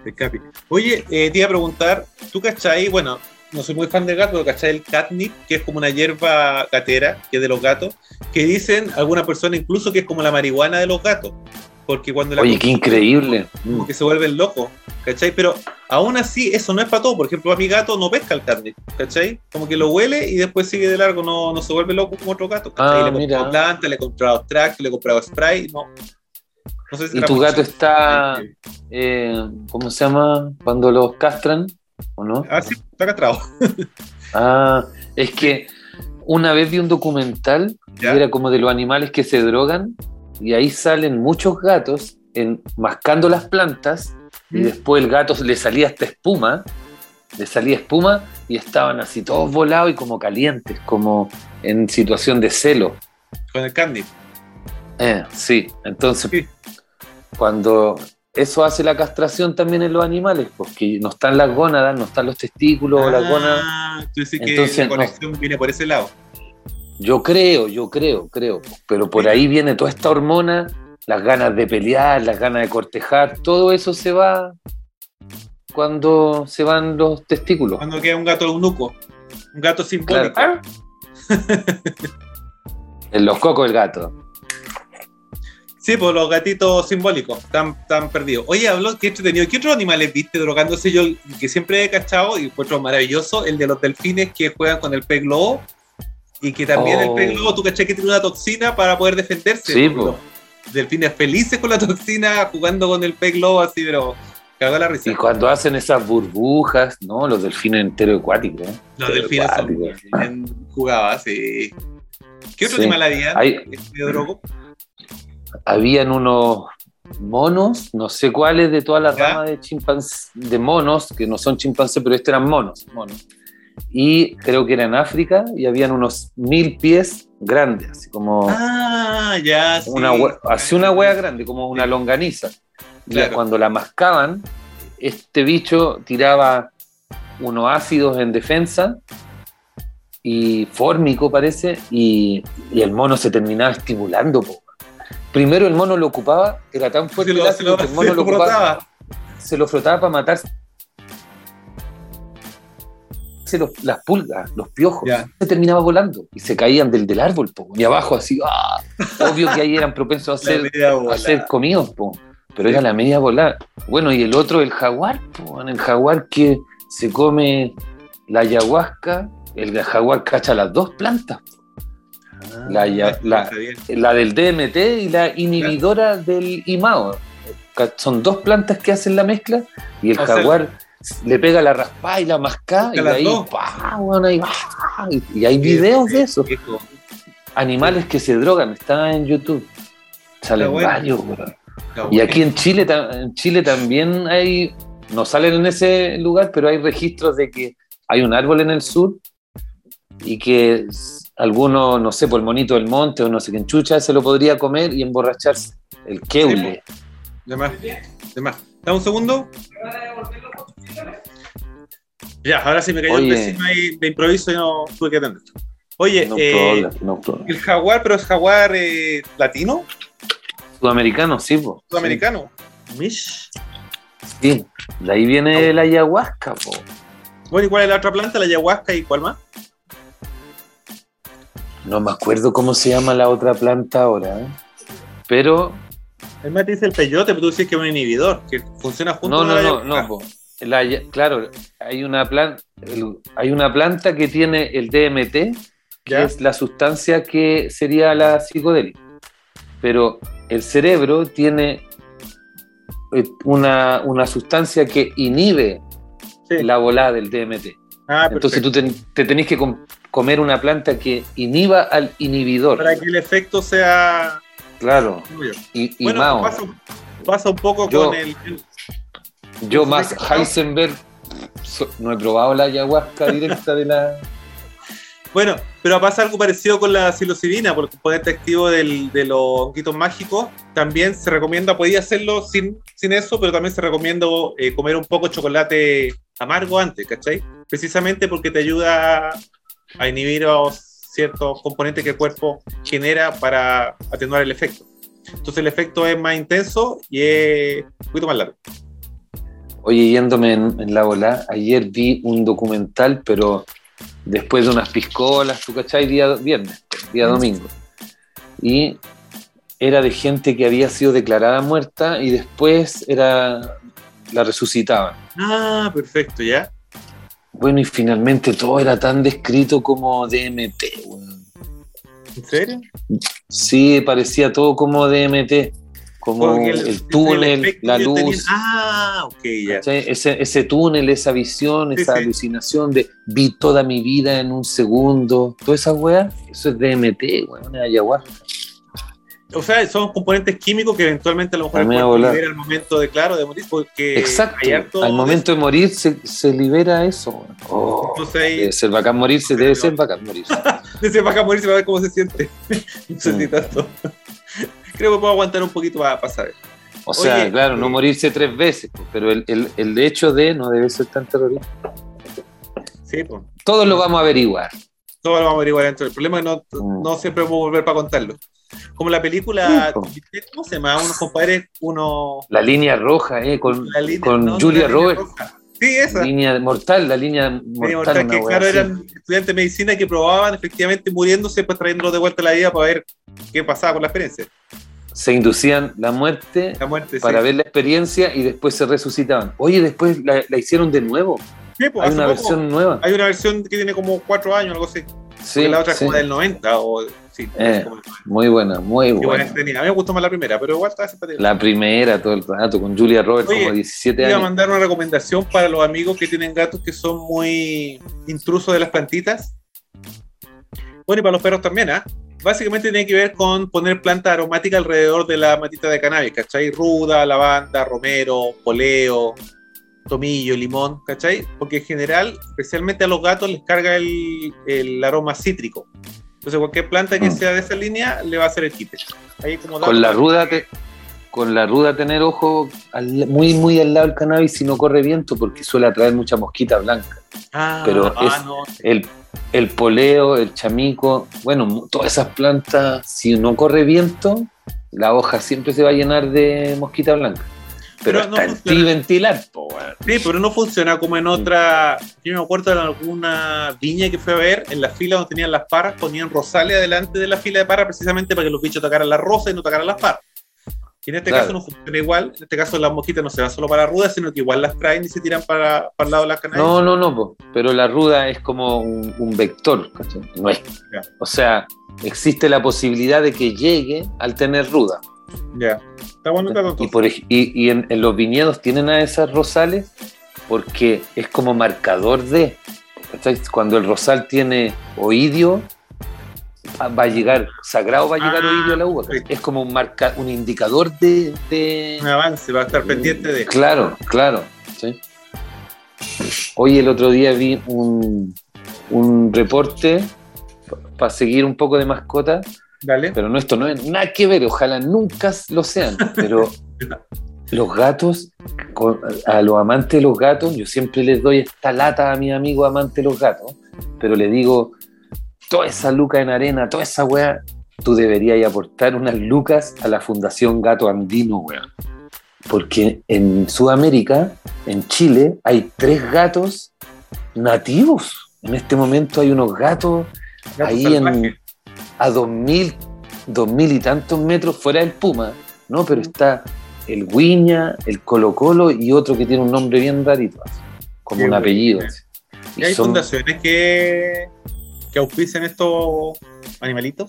C: El Capi. Oye, eh, te iba a preguntar, ¿tú cachai? Bueno, no soy muy fan del gato, pero cachai el catnip, que es como una hierba gatera, que es de los gatos, que dicen algunas personas incluso que es como la marihuana de los gatos. Porque cuando la
D: Oye, qué increíble.
C: como que se vuelven locos, ¿cachai? Pero aún así, eso no es para todo. Por ejemplo, a mi gato no pesca el catnip, ¿cachai? Como que lo huele y después sigue de largo, no, no se vuelve loco como otro gato, ¿cachai?
D: Ah,
C: le he comprado
D: mira.
C: planta, le he comprado extracto, le he comprado spray, no. No sé si
D: ¿Y
C: será
D: tu
C: mucho.
D: gato está, eh, ¿cómo se llama? Cuando los castran, ¿o no?
C: Ah, sí, está castrado.
D: Ah, es que una vez vi un documental y
C: ¿Ya?
D: era como de los animales que se drogan y ahí salen muchos gatos en, mascando las plantas y
C: Mm.
D: después el gato le salía esta espuma, le salía espuma y estaban así todos volados y como calientes, como en situación de celo.
C: Con el catnip.
D: Eh, sí, entonces
C: Sí.
D: cuando eso hace la castración también en los animales, porque no están las gónadas, no están los testículos o las gónadas.
C: Ah, tú dices que
D: Entonces,
C: la
D: no.
C: conexión viene por ese lado.
D: Yo creo, yo creo, creo. Pero por ahí viene toda esta hormona, las ganas de pelear, las ganas de cortejar, todo eso se va cuando se van los testículos.
C: Cuando queda un gato eunuco, un gato simbólico.
D: Claro. En los cocos el gato.
C: Sí, pues los gatitos simbólicos están, están perdidos. Oye, habló, qué entretenido. ¿Qué otros animales viste drogándose? Yo, que siempre he cachado y encuentro maravilloso, el de los delfines que juegan con el pez globo y que también
D: Oh.
C: el pez globo, tú caché que tiene una toxina para poder defenderse.
D: Sí,
C: Los
D: po.
C: delfines felices con la toxina, jugando con el pez globo así, pero cagó la risa.
D: Y cuando hacen esas burbujas, ¿no? Los delfines enteros acuáticos. ¿eh?
C: Los delfines son
D: Acuáticos.
C: bien jugados, sí. ¿Qué otro
D: Sí.
C: animal había?
D: Hay-
C: ¿De drogo?
D: Habían unos monos, no sé cuáles de todas las
C: ¿Ya?
D: ramas de chimpancés, de monos, que no son chimpancés, pero estos eran monos, monos. Y creo que era en África y habían unos mil pies grandes, así como
C: Ah, ya, sí.
D: una hue- así una hueá grande, como una longaniza. Y
C: Claro.
D: cuando la mascaban, este bicho tiraba unos ácidos en defensa y fórmico parece, y, y el mono se terminaba estimulando, po. Primero el mono lo ocupaba, era tan fuerte
C: Se lo,
D: el
C: se
D: ácido
C: lo,
D: que el
C: se
D: mono
C: lo
D: lo ocupaba,
C: frotaba.
D: se lo frotaba para matar los, las pulgas, los piojos.
C: Ya.
D: Se terminaba volando y se caían del, del árbol, po. Y abajo así, ¡ah! Obvio que ahí eran propensos a
C: La
D: ser,
C: media
D: a
C: bola.
D: ser comidos, po. Pero
C: Sí.
D: era la media volada. Bueno, y el otro, el jaguar, po. El jaguar que se come la ayahuasca, el jaguar cacha las dos plantas.
C: Ah,
D: La, ya- la,
C: está bien.
D: la del D M T y la inhibidora del I M A O. Ca- Son dos plantas que hacen la mezcla y el
C: O sea,
D: jaguar le pega la raspada y la mascada y
C: las
D: ahí,
C: dos.
D: ¡pah! Bueno, ahí, ¡ah! y, y hay videos de eso.
C: Viejo.
D: Animales que se drogan, está en YouTube. Salen
C: Está bueno.
D: varios, weón.
C: Está
D: Y
C: bueno.
D: aquí en Chile, ta- en Chile también hay, no salen en ese lugar, pero hay registros de que hay un árbol en el sur y que s- alguno, no sé, por el monito del monte o no sé qué enchucha, se lo podría comer y emborracharse. El keule.
C: De más, de más. Dame un segundo. Ya, ahora sí me cayó
D: Oye.
C: el vecino ahí de improviso y no tuve que atender. Oye,
D: No
C: eh,
D: problem, no problem.
C: el jaguar, pero es jaguar eh, latino,
D: Sudamericano, sí, po.
C: sudamericano. Mish.
D: Sí, de ahí viene la ayahuasca, po.
C: Bueno, ¿y cuál es la otra planta? La ayahuasca y cuál más.
D: No me acuerdo cómo se llama la otra planta ahora, ¿eh? Pero
C: El mate dice el peyote, pero tú dices que es un inhibidor, que funciona junto
D: no,
C: con
D: no,
C: la
D: no,
C: ayahuasca.
D: no, po. La- claro, hay una planta, hay una planta que tiene el D M T, que
C: ¿Ya?
D: es la sustancia que sería la psicodélica. Pero el cerebro tiene eh, una, una sustancia que inhibe
C: Sí.
D: la volada del D M T.
C: Ah,
D: Entonces
C: perfecto.
D: tú te, te tenés que com- comer una planta que inhiba al inhibidor.
C: Para que el efecto sea...
D: Claro.
C: Bueno,
D: Y, y Mao.
C: pasa, pasa un poco
D: Yo-
C: con el...
D: Yo más Heisenberg so- no he probado la ayahuasca directa de la...
C: Bueno, pero pasa algo parecido con la psilocibina, por el componente activo del, de los honguitos mágicos. También se recomienda, podía hacerlo sin, sin eso, pero también se recomienda eh, comer un poco de chocolate amargo antes, ¿cachai? Precisamente porque te ayuda a inhibir los ciertos componentes que el cuerpo genera para atenuar el efecto. Entonces el efecto es más intenso y es un poquito más largo.
D: Oye, yéndome en, en la bola, ayer vi un documental, pero después de unas piscolas, ¿tú cachai? Día viernes, día domingo. Y era de gente que había sido declarada muerta y después era la resucitaban.
C: Ah, perfecto, ya.
D: Bueno, y finalmente todo era tan descrito como D M T, weón.
C: ¿En serio?
D: Sí, parecía todo como D M T. Como
C: Porque
D: el, el túnel,
C: efecto
D: la
C: que ellos
D: luz,
C: tenían- Ah, ok, ya.
D: ¿cachai? ese, ese túnel, esa visión,
C: Sí,
D: esa
C: sí.
D: alucinación de vi toda mi vida en un segundo, toda esa weá, eso es D M T, weón, es ayahuasca.
C: O sea, son componentes químicos que eventualmente a lo mejor
D: A
C: el
D: mí me
C: cuerpo
D: va a volar.
C: libera al momento de, claro, de morir, porque
D: Exacto,
C: hay harto
D: al
C: de
D: momento de morir se, se libera eso, weón. Oh,
C: Entonces ahí-
D: debe ser bacán morirse, debe ser bacán morirse.
C: Desde para acá morir se va a ver cómo se siente. No sé si
D: Mm.
C: tanto. Creo que puedo aguantar un poquito para saber.
D: O sea,
C: Oye,
D: claro, no
C: eh,
D: morirse tres veces, pues, pero el, el, el hecho de no debe ser tan terrorista.
C: Sí, pues.
D: Todos lo vamos a averiguar.
C: Todo lo vamos a averiguar dentro. El problema es que no,
D: Mm.
C: no siempre podemos volver para contarlo. Como la película,
D: Sí,
C: ¿cómo se llama? Unos compadres, uno.
D: La línea roja, eh, con,
C: la línea-
D: con
C: no, no,
D: Julia
C: la línea
D: Roberts.
C: roja. Sí, esa.
D: Línea mortal, la línea
C: Sí,
D: mortal.
C: mortal,
D: una
C: que
D: wea
C: claro,
D: así.
C: eran estudiantes de medicina que probaban efectivamente muriéndose, pues trayéndolos de vuelta a la vida para ver qué pasaba con la experiencia.
D: Se inducían la muerte
C: La muerte,
D: para
C: sí.
D: ver la experiencia y después se resucitaban. Oye, después la, la hicieron de nuevo.
C: Sí, pues,
D: Hay
C: hace
D: una
C: poco
D: versión nueva.
C: Hay una versión que tiene como cuatro años, algo así.
D: Sí,
C: Porque la otra es
D: sí.
C: como del noventa o sí.
D: Eh,
C: como-
D: Muy buena, muy
C: igual
D: buena.
C: entretenida. A mí me gustó más la primera, pero igual estaba simpática.
D: La primera todo el rato, con Julia Roberts,
C: Oye,
D: como diecisiete
C: Iba a
D: años.
C: mandar una recomendación para los amigos que tienen gatos que son muy intrusos de las plantitas. Bueno, y para los perros también, ¿ah? Básicamente tiene que ver con poner planta aromática alrededor de la matita de cannabis, ¿cachai? Ruda, lavanda, romero, poleo, tomillo, limón, ¿cachai? Porque en general, especialmente a los gatos, les carga el, el aroma cítrico. Entonces cualquier planta que
D: Mm.
C: sea de esa línea le va a hacer el quite. Ahí como dato
D: Con la
C: para-
D: ruda te- con la ruda tener ojo al- muy muy al lado del cannabis si no corre viento, porque suele atraer mucha mosquita blanca.
C: Ah,
D: pero
C: ah,
D: es-
C: no.
D: El, el poleo, el chamico, bueno, mu- todas esas plantas, si no corre viento, la hoja siempre se va a llenar de mosquita blanca. Pero,
C: Pero no
D: hasta en
C: funciona.
D: ti ventilar, po, weón.
C: Sí, pero no funciona como en otra. Yo me acuerdo de alguna viña que fue a ver, en la fila donde tenían las parras, ponían rosales adelante de la fila de parras precisamente para que los bichos tocaran la rosa y no tocaran las parras. Y en este
D: Claro.
C: caso no funciona igual. En este caso las mosquitas no se van solo para rudas, sino que igual las traen y se tiran para, para el lado de las cannabis.
D: No, no, no, po. Pero la ruda es como un, un vector, ¿cachai? No es.
C: Ya.
D: O sea, existe la posibilidad de que llegue al tener ruda.
C: Ya. Está bueno el dato,
D: Y,
C: entonces.
D: por, ej- y, y en, en los viñedos tienen a esas rosales porque es como marcador de, ¿cachai? Cuando el rosal tiene oidio, va- va a llegar, sagrado va a llegar
C: Ah,
D: oidio a la uva. ¿cachai?
C: sí.
D: Es como un, marca, un indicador de, de-
C: Un avance, va a estar pendiente de.
D: Claro, claro. ¿sí? Hoy el otro día vi un, un reporte para seguir un poco de mascota.
C: Dale.
D: Pero no, esto no es nada que ver, ojalá nunca lo sean, pero los gatos, con- a los amantes de los gatos, yo siempre les doy esta lata a mis amigos amantes de los gatos, pero le digo, toda esa luca en arena, toda esa weá, tú deberías aportar unas lucas a la Fundación Gato Andino, weá. Porque en Sudamérica, en Chile, hay tres gatos nativos. En este momento hay unos gatos
C: Gato
D: ahí
C: salvaje.
D: en a dos mil, dos mil y tantos metros fuera del Puma, ¿no? Pero está el Guiña, el Colo Colo y otro que tiene un nombre bien rarito, así, como
C: Qué
D: un apellido.
C: buena.
D: así.
C: ¿Y hay
D: son-
C: fundaciones que, que auspician estos animalitos?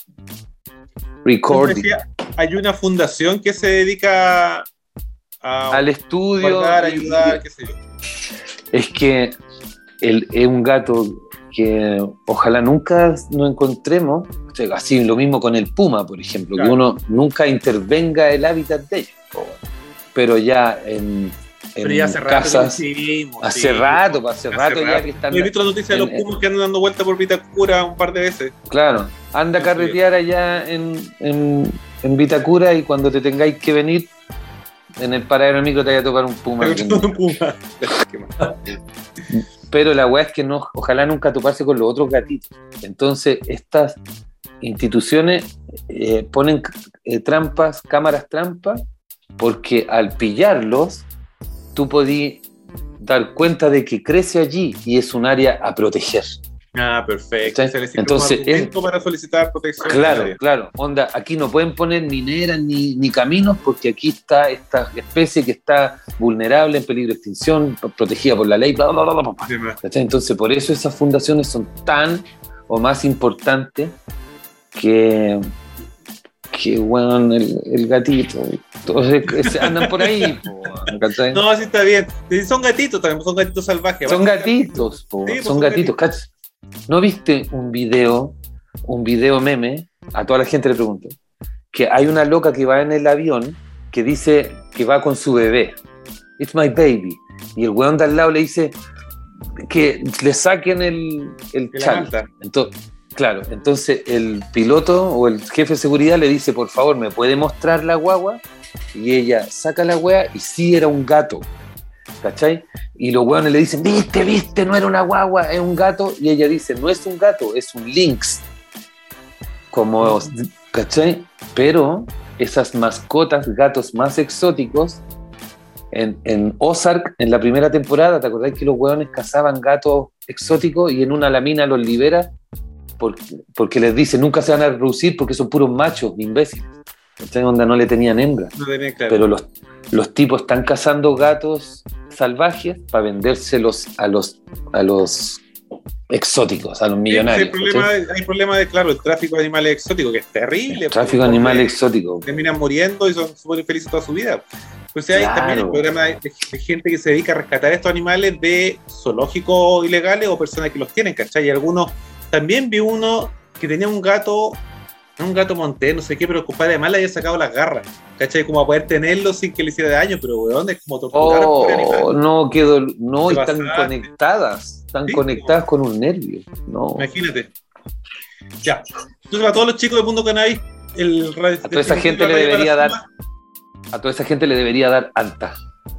D: recording,
C: Decía, hay una fundación que se dedica a
D: al estudio.
C: guardar,
D: y-
C: ayudar, qué sé yo.
D: Es que el, es un gato que ojalá nunca nos encontremos, o sea, así lo mismo con el puma, por ejemplo,
C: Claro.
D: que uno nunca intervenga el hábitat de ellos, pero ya en, en
C: Pero ya hace rato
D: casas,
C: que lo hicimos,
D: hace
C: sí.
D: rato, hace rato ya que están,
C: Yo he visto la noticia de los
D: en- en-
C: pumas que andan dando vuelta por Vitacura un par de veces.
D: claro, anda a carretear allá en, en, en Vitacura y cuando te tengáis que venir en el paradero del micro te vaya a tocar un puma.
C: Un puma. Qué mal.
D: Pero la weá es que no, ojalá nunca toparse con los otros gatitos. Entonces, estas instituciones eh, ponen eh, trampas, cámaras trampas, porque al pillarlos, tú podís dar cuenta de que crece allí y es un área a proteger.
C: Ah, perfecto.
D: ¿Sí? Entonces,
C: es para solicitar protección.
D: Claro, claro. Onda, aquí no pueden poner mineras ni, ni caminos porque aquí está esta especie que está vulnerable, en peligro de extinción, protegida por la ley, bla, bla, bla, bla, bla. Sí. Entonces, por eso esas fundaciones son tan o más importantes que, que bueno, el, el gatito. Todos andan por ahí. Po,
C: no, sí está bien. Son gatitos también, son gatitos salvajes.
D: Son gatitos, po, sí, son, son gatitos. gatitos. ¿No viste un video, un video meme? A toda la gente le pregunto. Que hay una loca que va en el avión que dice que va con su bebé. It's my baby. Y el weón de al lado le dice que le saquen el, el chal. Entonces, claro, entonces el piloto o el jefe de seguridad le dice, por favor, ¿me puede mostrar la guagua? Y ella saca la wea y sí era un gato. ¿Cachai? Y los hueones le dicen, viste, viste, no era una guagua, es un gato. Y ella dice, no es un gato, es un lynx. Como, ¿cachai? Pero esas mascotas, gatos más exóticos, en, en Ozark, en la primera temporada, ¿te acordás que los hueones cazaban gatos exóticos y en una lamina los libera? Porque, porque les dice, nunca se van a reproducir porque son puros machos, imbéciles. ¿Cachai? Onda no le tenían hembra. No tenía, claro. Pero los, los tipos están cazando gatos salvajes para vendérselos a los, a los exóticos, a los millonarios.
C: Sí, hay, problema, hay problema de, claro, el tráfico de animales exóticos, que es terrible.
D: El tráfico de animales exóticos.
C: Terminan muriendo y son súper felices toda su vida. Pues hay claro. también el programa de, de gente que se dedica a rescatar estos animales de zoológicos ilegales o personas que los tienen, ¿cachai? Y algunos, también vi uno que tenía un gato, un gato montés, no sé qué, pero el compadre además le había sacado las garras, ¿cachai? Como a poder tenerlo sin que le hiciera daño, pero weón, es como torturar
D: oh,
C: a animal.
D: No, quedó, no, y están conectadas, están sí, conectadas como... con un nervio, no.
C: Imagínate. Ya, entonces a todos los chicos del mundo cannabis, el radio,
D: a toda esa gente le debería dar, a toda esa gente le debería dar alta.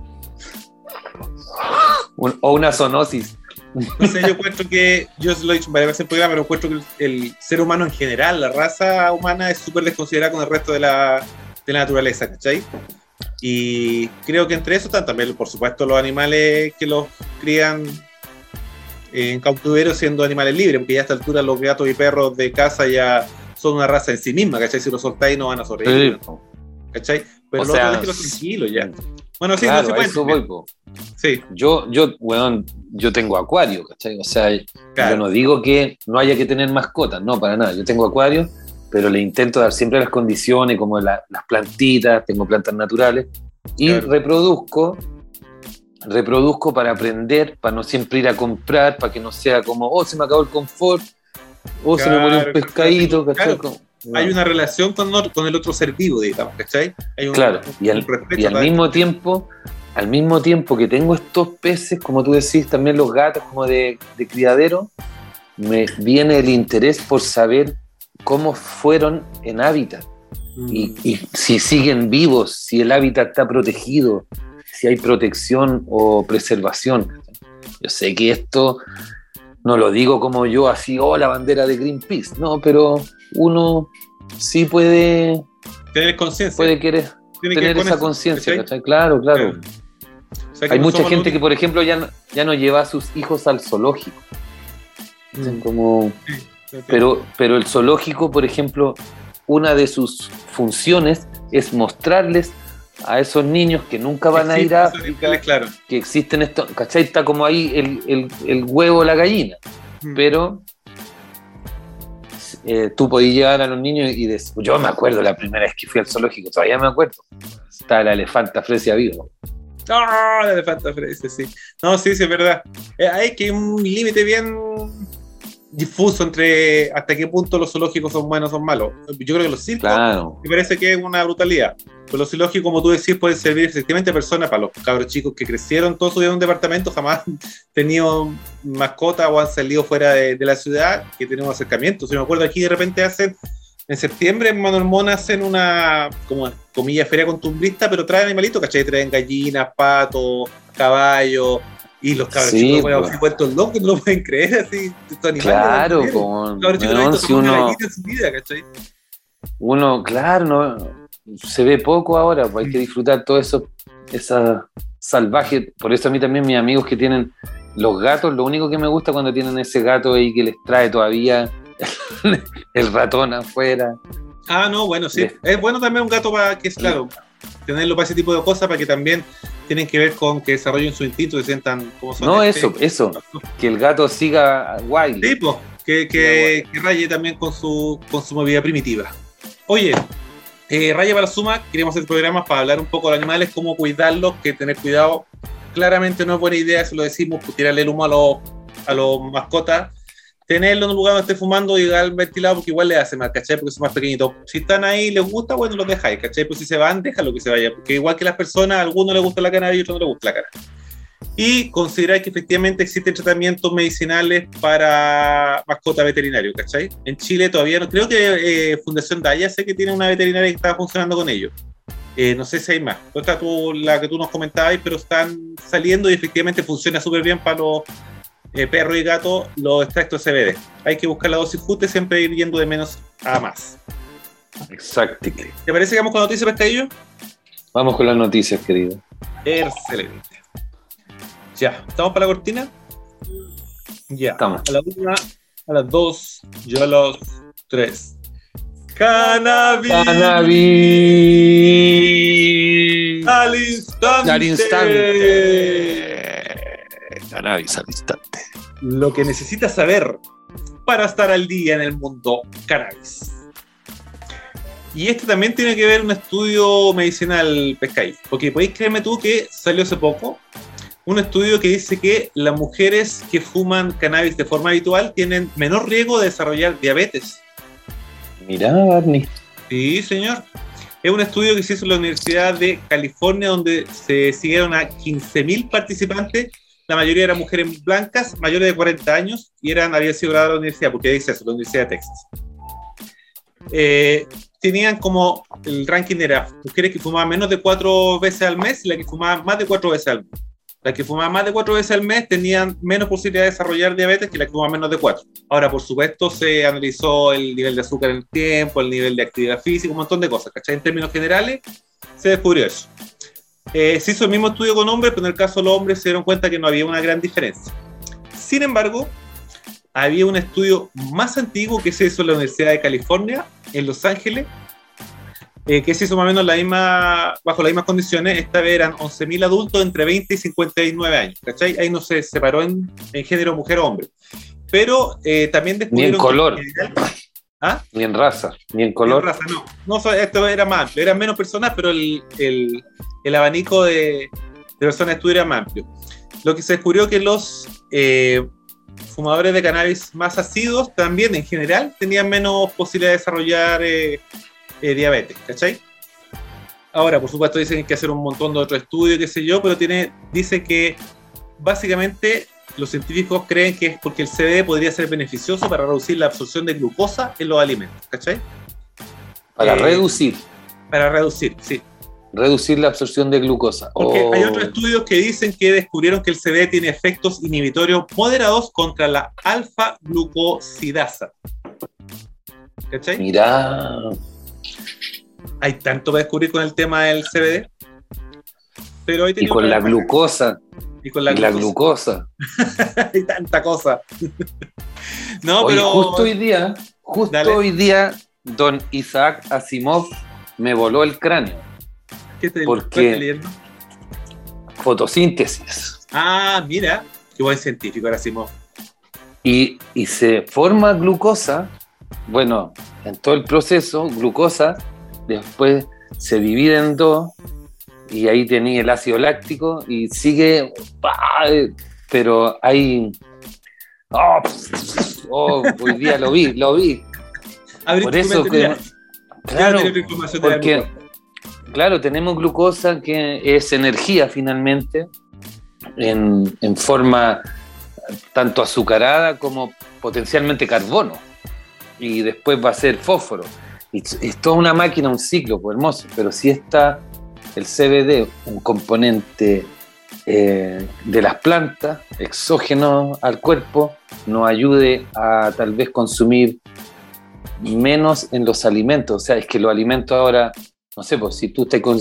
D: Un, o una zoonosis.
C: No sé, yo encuentro que, yo lo he dicho varias veces en el programa, pero encuentro que el, el ser humano en general, la raza humana es súper desconsiderada con el resto de la, de la naturaleza, ¿cachai? Y creo que entre eso están también, por supuesto, los animales que los crían en cautiverio siendo animales libres, porque ya a esta altura los gatos y perros de casa ya son una raza en sí misma, ¿cachai? Si los soltáis no van a sobrevivir, sí. ¿Cachai? Pero o los sea, otros déjenlos tranquilos ya. Bueno, sí, claro, no se puede. Eso voy, po.
D: Sí. Yo, yo, bueno, yo tengo acuario, ¿cachai? O sea, claro. Yo no digo que no haya que tener mascotas, no, para nada. Yo tengo acuario, pero le intento dar siempre las condiciones, como la, las plantitas, tengo plantas naturales, y claro. reproduzco, reproduzco para aprender, para no siempre ir a comprar, para que no sea como, oh, se me acabó el confort, oh, claro, se me murió un pescadito, ¿cachai?
C: Claro. No. Hay una relación con, con el otro ser vivo, digamos, ¿cachai? Hay un,
D: claro, un, y al, y al mismo tiempo, al mismo tiempo que tengo estos peces, como tú decís, también los gatos como de, de criadero, me viene el interés por saber cómo fueron en hábitat, mm. y, y si siguen vivos, si el hábitat está protegido, si hay protección o preservación. Yo sé que esto no lo digo como yo así, oh, la bandera de Greenpeace, no, pero uno sí puede
C: tener conciencia,
D: puede querer Tiene tener que esa conciencia, ¿cachai? Claro, claro. O sea, hay no mucha gente que, por ejemplo, ya no, ya no lleva a sus hijos al zoológico. Mm. Como, sí, sí, sí. Pero, pero el zoológico, por ejemplo, una de sus funciones es mostrarles a esos niños que nunca van a ir a África,
C: claro.
D: que existen estos, ¿cachai? Está como ahí el, el, el huevo, la gallina, mm. pero eh, tú podías llevar a los niños y decir, yo me acuerdo la primera vez que fui al zoológico, todavía me acuerdo, estaba la elefanta fresia viva.
C: ¡Ah! Oh, la elefanta fresia, sí. No, sí, sí, es verdad. Eh, hay que un límite bien difuso entre hasta qué punto los zoológicos son buenos o son malos. Yo creo que los circos, claro. Me parece que es una brutalidad. Pues los zoológicos, como tú decís, pueden servir efectivamente a personas, para los cabros chicos que crecieron toda su vida en un departamento, jamás han tenido mascota o han salido fuera de, de la ciudad, que tenemos acercamientos. Si me acuerdo, aquí de repente hacen, en septiembre en Manuel Mona hacen una, como comilla, feria costumbrista, pero traen animalitos, ¿cachai? Traen gallinas, patos, caballos. Y los cabros sí, chicos, bueno, pues. Vueltos locos, no lo pueden creer, así, estos animales.
D: Claro, con
C: cabros chicos no, si uno, en su vida, ¿cachai?
D: Uno, claro, no, se ve poco ahora, pues hay que disfrutar todo eso, esa, salvaje. Por eso a mí también mis amigos que tienen los gatos, lo único que me gusta cuando tienen ese gato ahí que les trae todavía el ratón afuera.
C: Ah, no, bueno, sí. Es bueno también un gato para que es claro, tenerlo para ese tipo de cosas, para que también tienen que ver con que desarrollen su instinto, se sientan como son.
D: No,
C: este,
D: eso, eso, que el gato siga wild.
C: Sí, pues, que, que, que raye también con su, con su movilidad primitiva. Oye, eh, Raya para la Suma, queremos hacer programas para hablar un poco de los animales, cómo cuidarlos, que tener cuidado. Claramente no es buena idea, eso lo decimos, pues, tirarle el humo a los, a los mascotas. Tenerlo en un lugar donde esté fumando y al ventilado, porque igual le hace mal, ¿cachai? Porque son más pequeñitos. Si están ahí y les gusta, bueno, los dejáis, ¿cachai? Pues si se van, déjalo que se vaya. Porque igual que las personas, a algunos les gusta la cannabis y a otros no les gusta la cannabis. Y considerar que efectivamente existen tratamientos medicinales para mascotas veterinarios, ¿cachai? En Chile todavía no. Creo que eh, Fundación Daya sé que tiene una veterinaria que está funcionando con ellos. Eh, no sé si hay más. Esta tú, la que tú nos comentabas, pero están saliendo y efectivamente funciona súper bien para los eh, perros y gatos los extractos de C B D. Hay que buscar la dosis justa y siempre ir yendo de menos a más.
D: Exacto.
C: ¿Te parece que vamos con la noticia, Pescadillo?
D: Vamos con las noticias, querido.
C: Excelente. Ya, ¿estamos para la cortina? Ya.
D: Estamos.
C: A la una, a las dos y a las tres. Cannabis.
D: Cannabis.
C: Al instante.
D: Al instante. Cannabis al instante.
C: Lo que necesitas saber para estar al día en el mundo cannabis. Y esto también tiene que ver un estudio medicinal, Pescay. Porque podéis creerme tú que salió hace poco un estudio que dice que las mujeres que fuman cannabis de forma habitual tienen menor riesgo de desarrollar diabetes.
D: Mirá, Barney.
C: Sí, señor. Es un estudio que se hizo en la Universidad de California, donde se siguieron a quince mil participantes. La mayoría eran mujeres blancas, mayores de cuarenta años, y eran, habían sido graduadas de la universidad, porque dice eso, la Universidad de Texas. Eh, tenían como, el ranking era mujeres que fumaban menos de cuatro veces al mes y las que fumaban más de cuatro veces al mes. Las que fumaban más de cuatro veces al mes tenían menos posibilidad de desarrollar diabetes que las que fumaban menos de cuatro. Ahora, por supuesto, se analizó el nivel de azúcar en el tiempo, el nivel de actividad física, un montón de cosas, ¿cachai? En términos generales, se descubrió eso. Eh, se hizo el mismo estudio con hombres, pero en el caso de los hombres se dieron cuenta que no había una gran diferencia. Sin embargo, había un estudio más antiguo que se hizo en la Universidad de California, en Los Ángeles, Eh, que se hizo más o menos la misma, bajo las mismas condiciones. Esta vez eran once mil adultos entre veinte y cincuenta y nueve años, ¿cachai? Ahí no se separó en, en género mujer o hombre. Pero eh, también descubrieron...
D: Ni en color.
C: Que, ¿ah?
D: Ni en raza. Ni en color.
C: Ni en raza, no. No, esto era más amplio. Eran menos personas, pero el, el, el abanico de, de personas de estudio era más amplio. Lo que se descubrió que los eh, fumadores de cannabis más asiduos también, en general, tenían menos posibilidad de desarrollar... Eh, Eh, diabetes, ¿cachai? Ahora, por supuesto, dicen que hay que hacer un montón de otros estudios, qué sé yo, pero tiene, dice que básicamente los científicos creen que es porque el C B D podría ser beneficioso para reducir la absorción de glucosa en los alimentos, ¿cachai?
D: Para
C: eh,
D: reducir.
C: Para reducir, sí.
D: Reducir la absorción de glucosa.
C: Porque
D: oh.
C: hay otros estudios que dicen que descubrieron que el C B D tiene efectos inhibitorios moderados contra la alfa-glucosidasa. ¿Cachai?
D: Mirá.
C: Hay tanto para descubrir con el tema del C B D. Pero hoy
D: y con la glucosa.
C: Y con la
D: y
C: glucosa.
D: La glucosa.
C: Hay tanta cosa. No,
D: hoy,
C: pero...
D: Justo hoy día, justo
C: Dale.
D: hoy día, don Isaac Asimov me voló el cráneo.
C: ¿Qué te,
D: porque
C: ¿qué estás leyendo?
D: Fotosíntesis.
C: Ah, mira. Qué buen científico ahora Asimov.
D: Y, y se forma glucosa. Bueno, en todo el proceso, glucosa, después se divide en dos, y ahí tenía el ácido láctico, y sigue, pero hay... Oh, oh, hoy día lo vi, lo vi. Por eso que... Claro, porque, claro, tenemos glucosa que es energía finalmente, en, en forma tanto azucarada como potencialmente carbono. Y después va a ser fósforo. Y es toda una máquina, un ciclo, pues hermoso. Pero si está el C B D, un componente eh, de las plantas, exógeno al cuerpo, nos ayude a tal vez consumir menos en los alimentos. O sea, es que los alimentos ahora, no sé, pues si tú estás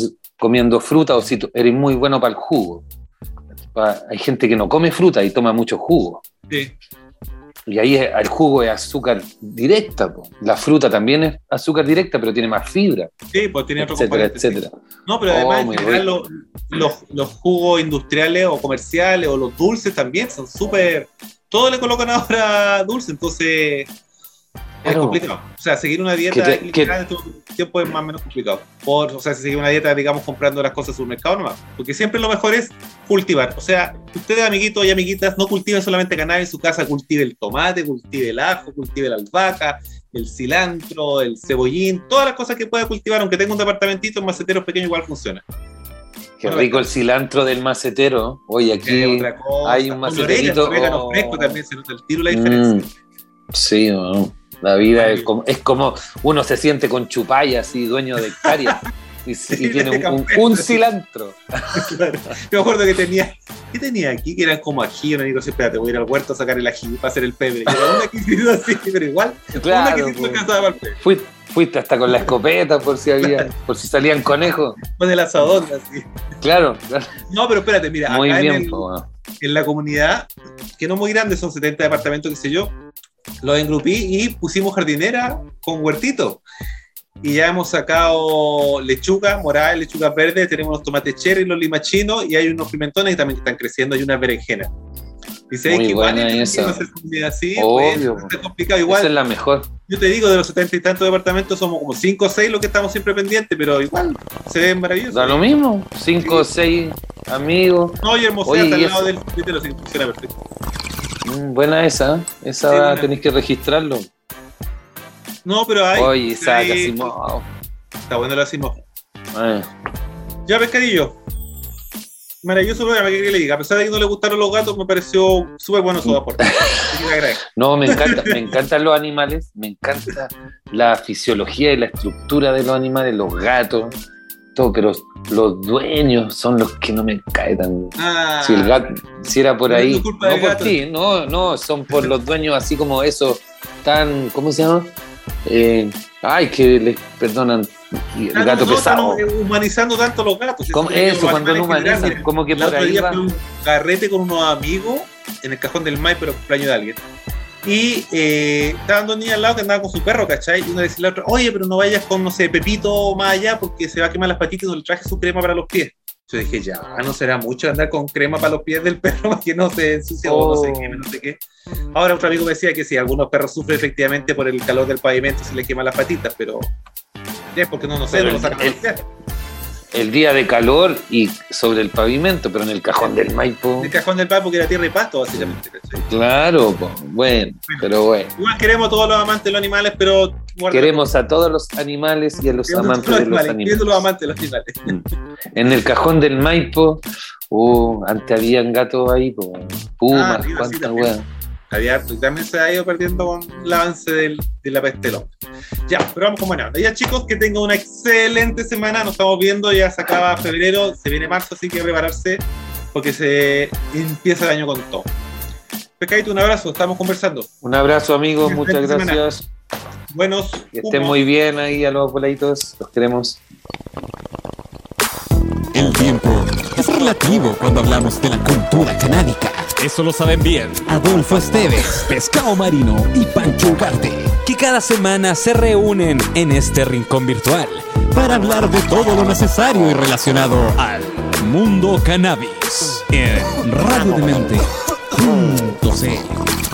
D: comiendo fruta, o si tú eres muy bueno para el jugo. Pa, hay gente que no come fruta y toma mucho jugo.
C: Sí.
D: Y ahí es, el jugo es azúcar directa, po. La fruta también es azúcar directa, pero tiene más fibra.
C: Sí, pues tiene otro
D: etcétera,
C: componente.
D: etcétera.
C: Sí. No, pero además
D: Oh,
C: en general los, los, los jugos industriales o comerciales o los dulces también son súper... Todo le colocan ahora dulce, entonces es
D: Claro.
C: complicado. O sea, seguir una dieta
D: Que te-
C: equilibrada en todo tiempo es más o menos complicado. Por, o sea, si seguir una dieta, digamos, comprando las cosas en un mercado nomás. Porque siempre lo mejor es cultivar. O sea, ustedes, amiguitos y amiguitas, no cultiven solamente cannabis en su casa, cultive el tomate, cultive el ajo, cultive la albahaca, el cilantro, el cebollín, todas las cosas que pueda cultivar, aunque tenga un departamentito en maceteros pequeños, igual funciona.
D: Qué rico el cilantro del macetero. Oye, aquí
C: Eh, otra cosa.
D: hay un
C: Con
D: maceterito.
C: orégano, orégano
D: Oh.
C: fresco también se nota el tiro la diferencia.
D: Mm, sí, no. La vida es como, es como uno se siente con chupalla, así, dueño de hectáreas, y,
C: Sí,
D: y tiene
C: de
D: un, un,
C: campestre.
D: un cilantro.
C: Claro. Yo me acuerdo que tenía, ¿qué tenía aquí? Que eran como ají, no digo, espérate, voy a ir al huerto a sacar el ají para hacer el pebre. Y era una exquisita así, pero igual,
D: Claro,
C: una exquisita
D: pues.
C: alcanzaba para el pebre.
D: Fuiste, fuiste hasta con la escopeta por si había, por si salían conejos.
C: Con el asadón, así.
D: Claro, claro.
C: No, pero espérate, mira,
D: Muy
C: acá
D: bien,
C: en, el-
D: pues, bueno.
C: en la comunidad, que no muy grande, son setenta departamentos, qué sé yo, los engrupí y pusimos jardinera con huertito. Y ya hemos sacado lechuga morada, lechuga verde, tenemos los tomates cherry, los limachinos y hay unos pimentones que también están creciendo y unas berenjenas. Y sé
D: Muy
C: que igual
D: buena
C: es
D: esa.
C: hacer comida así,
D: Obvio.
C: pues, está complicado. Igual,
D: Esa es la mejor.
C: yo te digo, de los setenta y tantos departamentos somos como cinco o seis los que estamos siempre pendientes, pero igual se ven maravillosos.
D: Da lo mismo. Cinco o seis amigos.
C: No, y Hermosea
D: Oye,
C: está
D: y
C: al lado
D: eso-
C: del de los funciona perfecto.
D: Mm, buena esa. Esa
C: Sí, buena.
D: tenéis que registrarlo.
C: No, pero hay.
D: Oye, Isaac
C: hay-
D: Asimov.
C: Está bueno lo hacemos.
D: Eh.
C: Ya, pescadillo. Maravilloso programa, ¿qué quiere que le diga? A pesar de que no le gustaron los gatos, me pareció súper bueno su aporte. Así que le agradezco.
D: No, me encanta, me encantan los animales, me encanta la fisiología y la estructura de los animales, los gatos, todo, pero los dueños son los que no me caen tan.
C: Ah,
D: Si el gato, si era por
C: No es
D: ahí,
C: tu culpa
D: no
C: del
D: por
C: gato.
D: ti, no, no, son por los dueños así como esos tan, ¿cómo se llama? Eh, ay, que les perdonan el
C: claro,
D: gato
C: no,
D: pesado.
C: están humanizando tanto los gatos.
D: Como
C: Eso,
D: eso,
C: los
D: cuando lo
C: animales en general,
D: humanizan,
C: mira.
D: como que
C: El
D: por
C: otro
D: ahí
C: día
D: va.
C: fue un carrete con unos amigos en el cajón del May, pero cumpleaños de alguien. Y eh, estaban dos niñas al lado que andaban con su perro, ¿cachai? Y una decía a la otra, oye, pero no vayas con, no sé, Pepito más allá porque se va a quemar las patitas y no le traje su crema para los pies. Yo dije, ya, no será mucho andar con crema para los pies del perro para que no se ensucie o no se queme, no sé qué. Ahora otro amigo me decía que sí, algunos perros sufren efectivamente por el calor del pavimento, se les queman las patitas, pero ya es porque no, no sé,
D: Pero
C: no lo
D: el-
C: sacan a
D: el-
C: pasear.
D: El día de calor y sobre el pavimento, pero en el cajón del Maipo.
C: El cajón del papo que era tierra y pasto, básicamente, ¿cachai?
D: Claro, po, bueno, pero bueno.
C: Igual queremos a todos los amantes de los animales, pero guarda-
D: Queremos a todos los animales y a los
C: queremos a
D: amantes
C: todos
D: de los
C: animales, incluyendo los
D: animales.
C: amantes de los animales.
D: En el cajón del Maipo, uh, antes habían gatos ahí, po,
C: Ah,
D: pumas,
C: arriba, sí,
D: cuántas
C: también.
D: weas.
C: Había harto, y también se ha ido perdiendo con el avance del, de la peste del hombre. Ya, pero vamos con buena onda. Ya, chicos, que tengan una excelente semana. Nos estamos viendo, ya se acaba febrero, se viene marzo, así que prepararse porque se empieza el año con todo. Pescadito, un abrazo, estamos conversando.
D: Un abrazo, amigos,
C: Excelente
D: muchas
C: semana.
D: gracias.
C: Buenos
D: Que estén
C: humos.
D: muy bien ahí a los voladitos, los queremos.
B: El tiempo es relativo cuando hablamos de la cultura canábica. Eso lo saben bien Adolfo Esteves, Pescado Marino y Pancho Ugarte, que cada semana se reúnen en este rincón virtual para hablar de todo lo necesario y relacionado al mundo cannabis en radiodemente punto c l.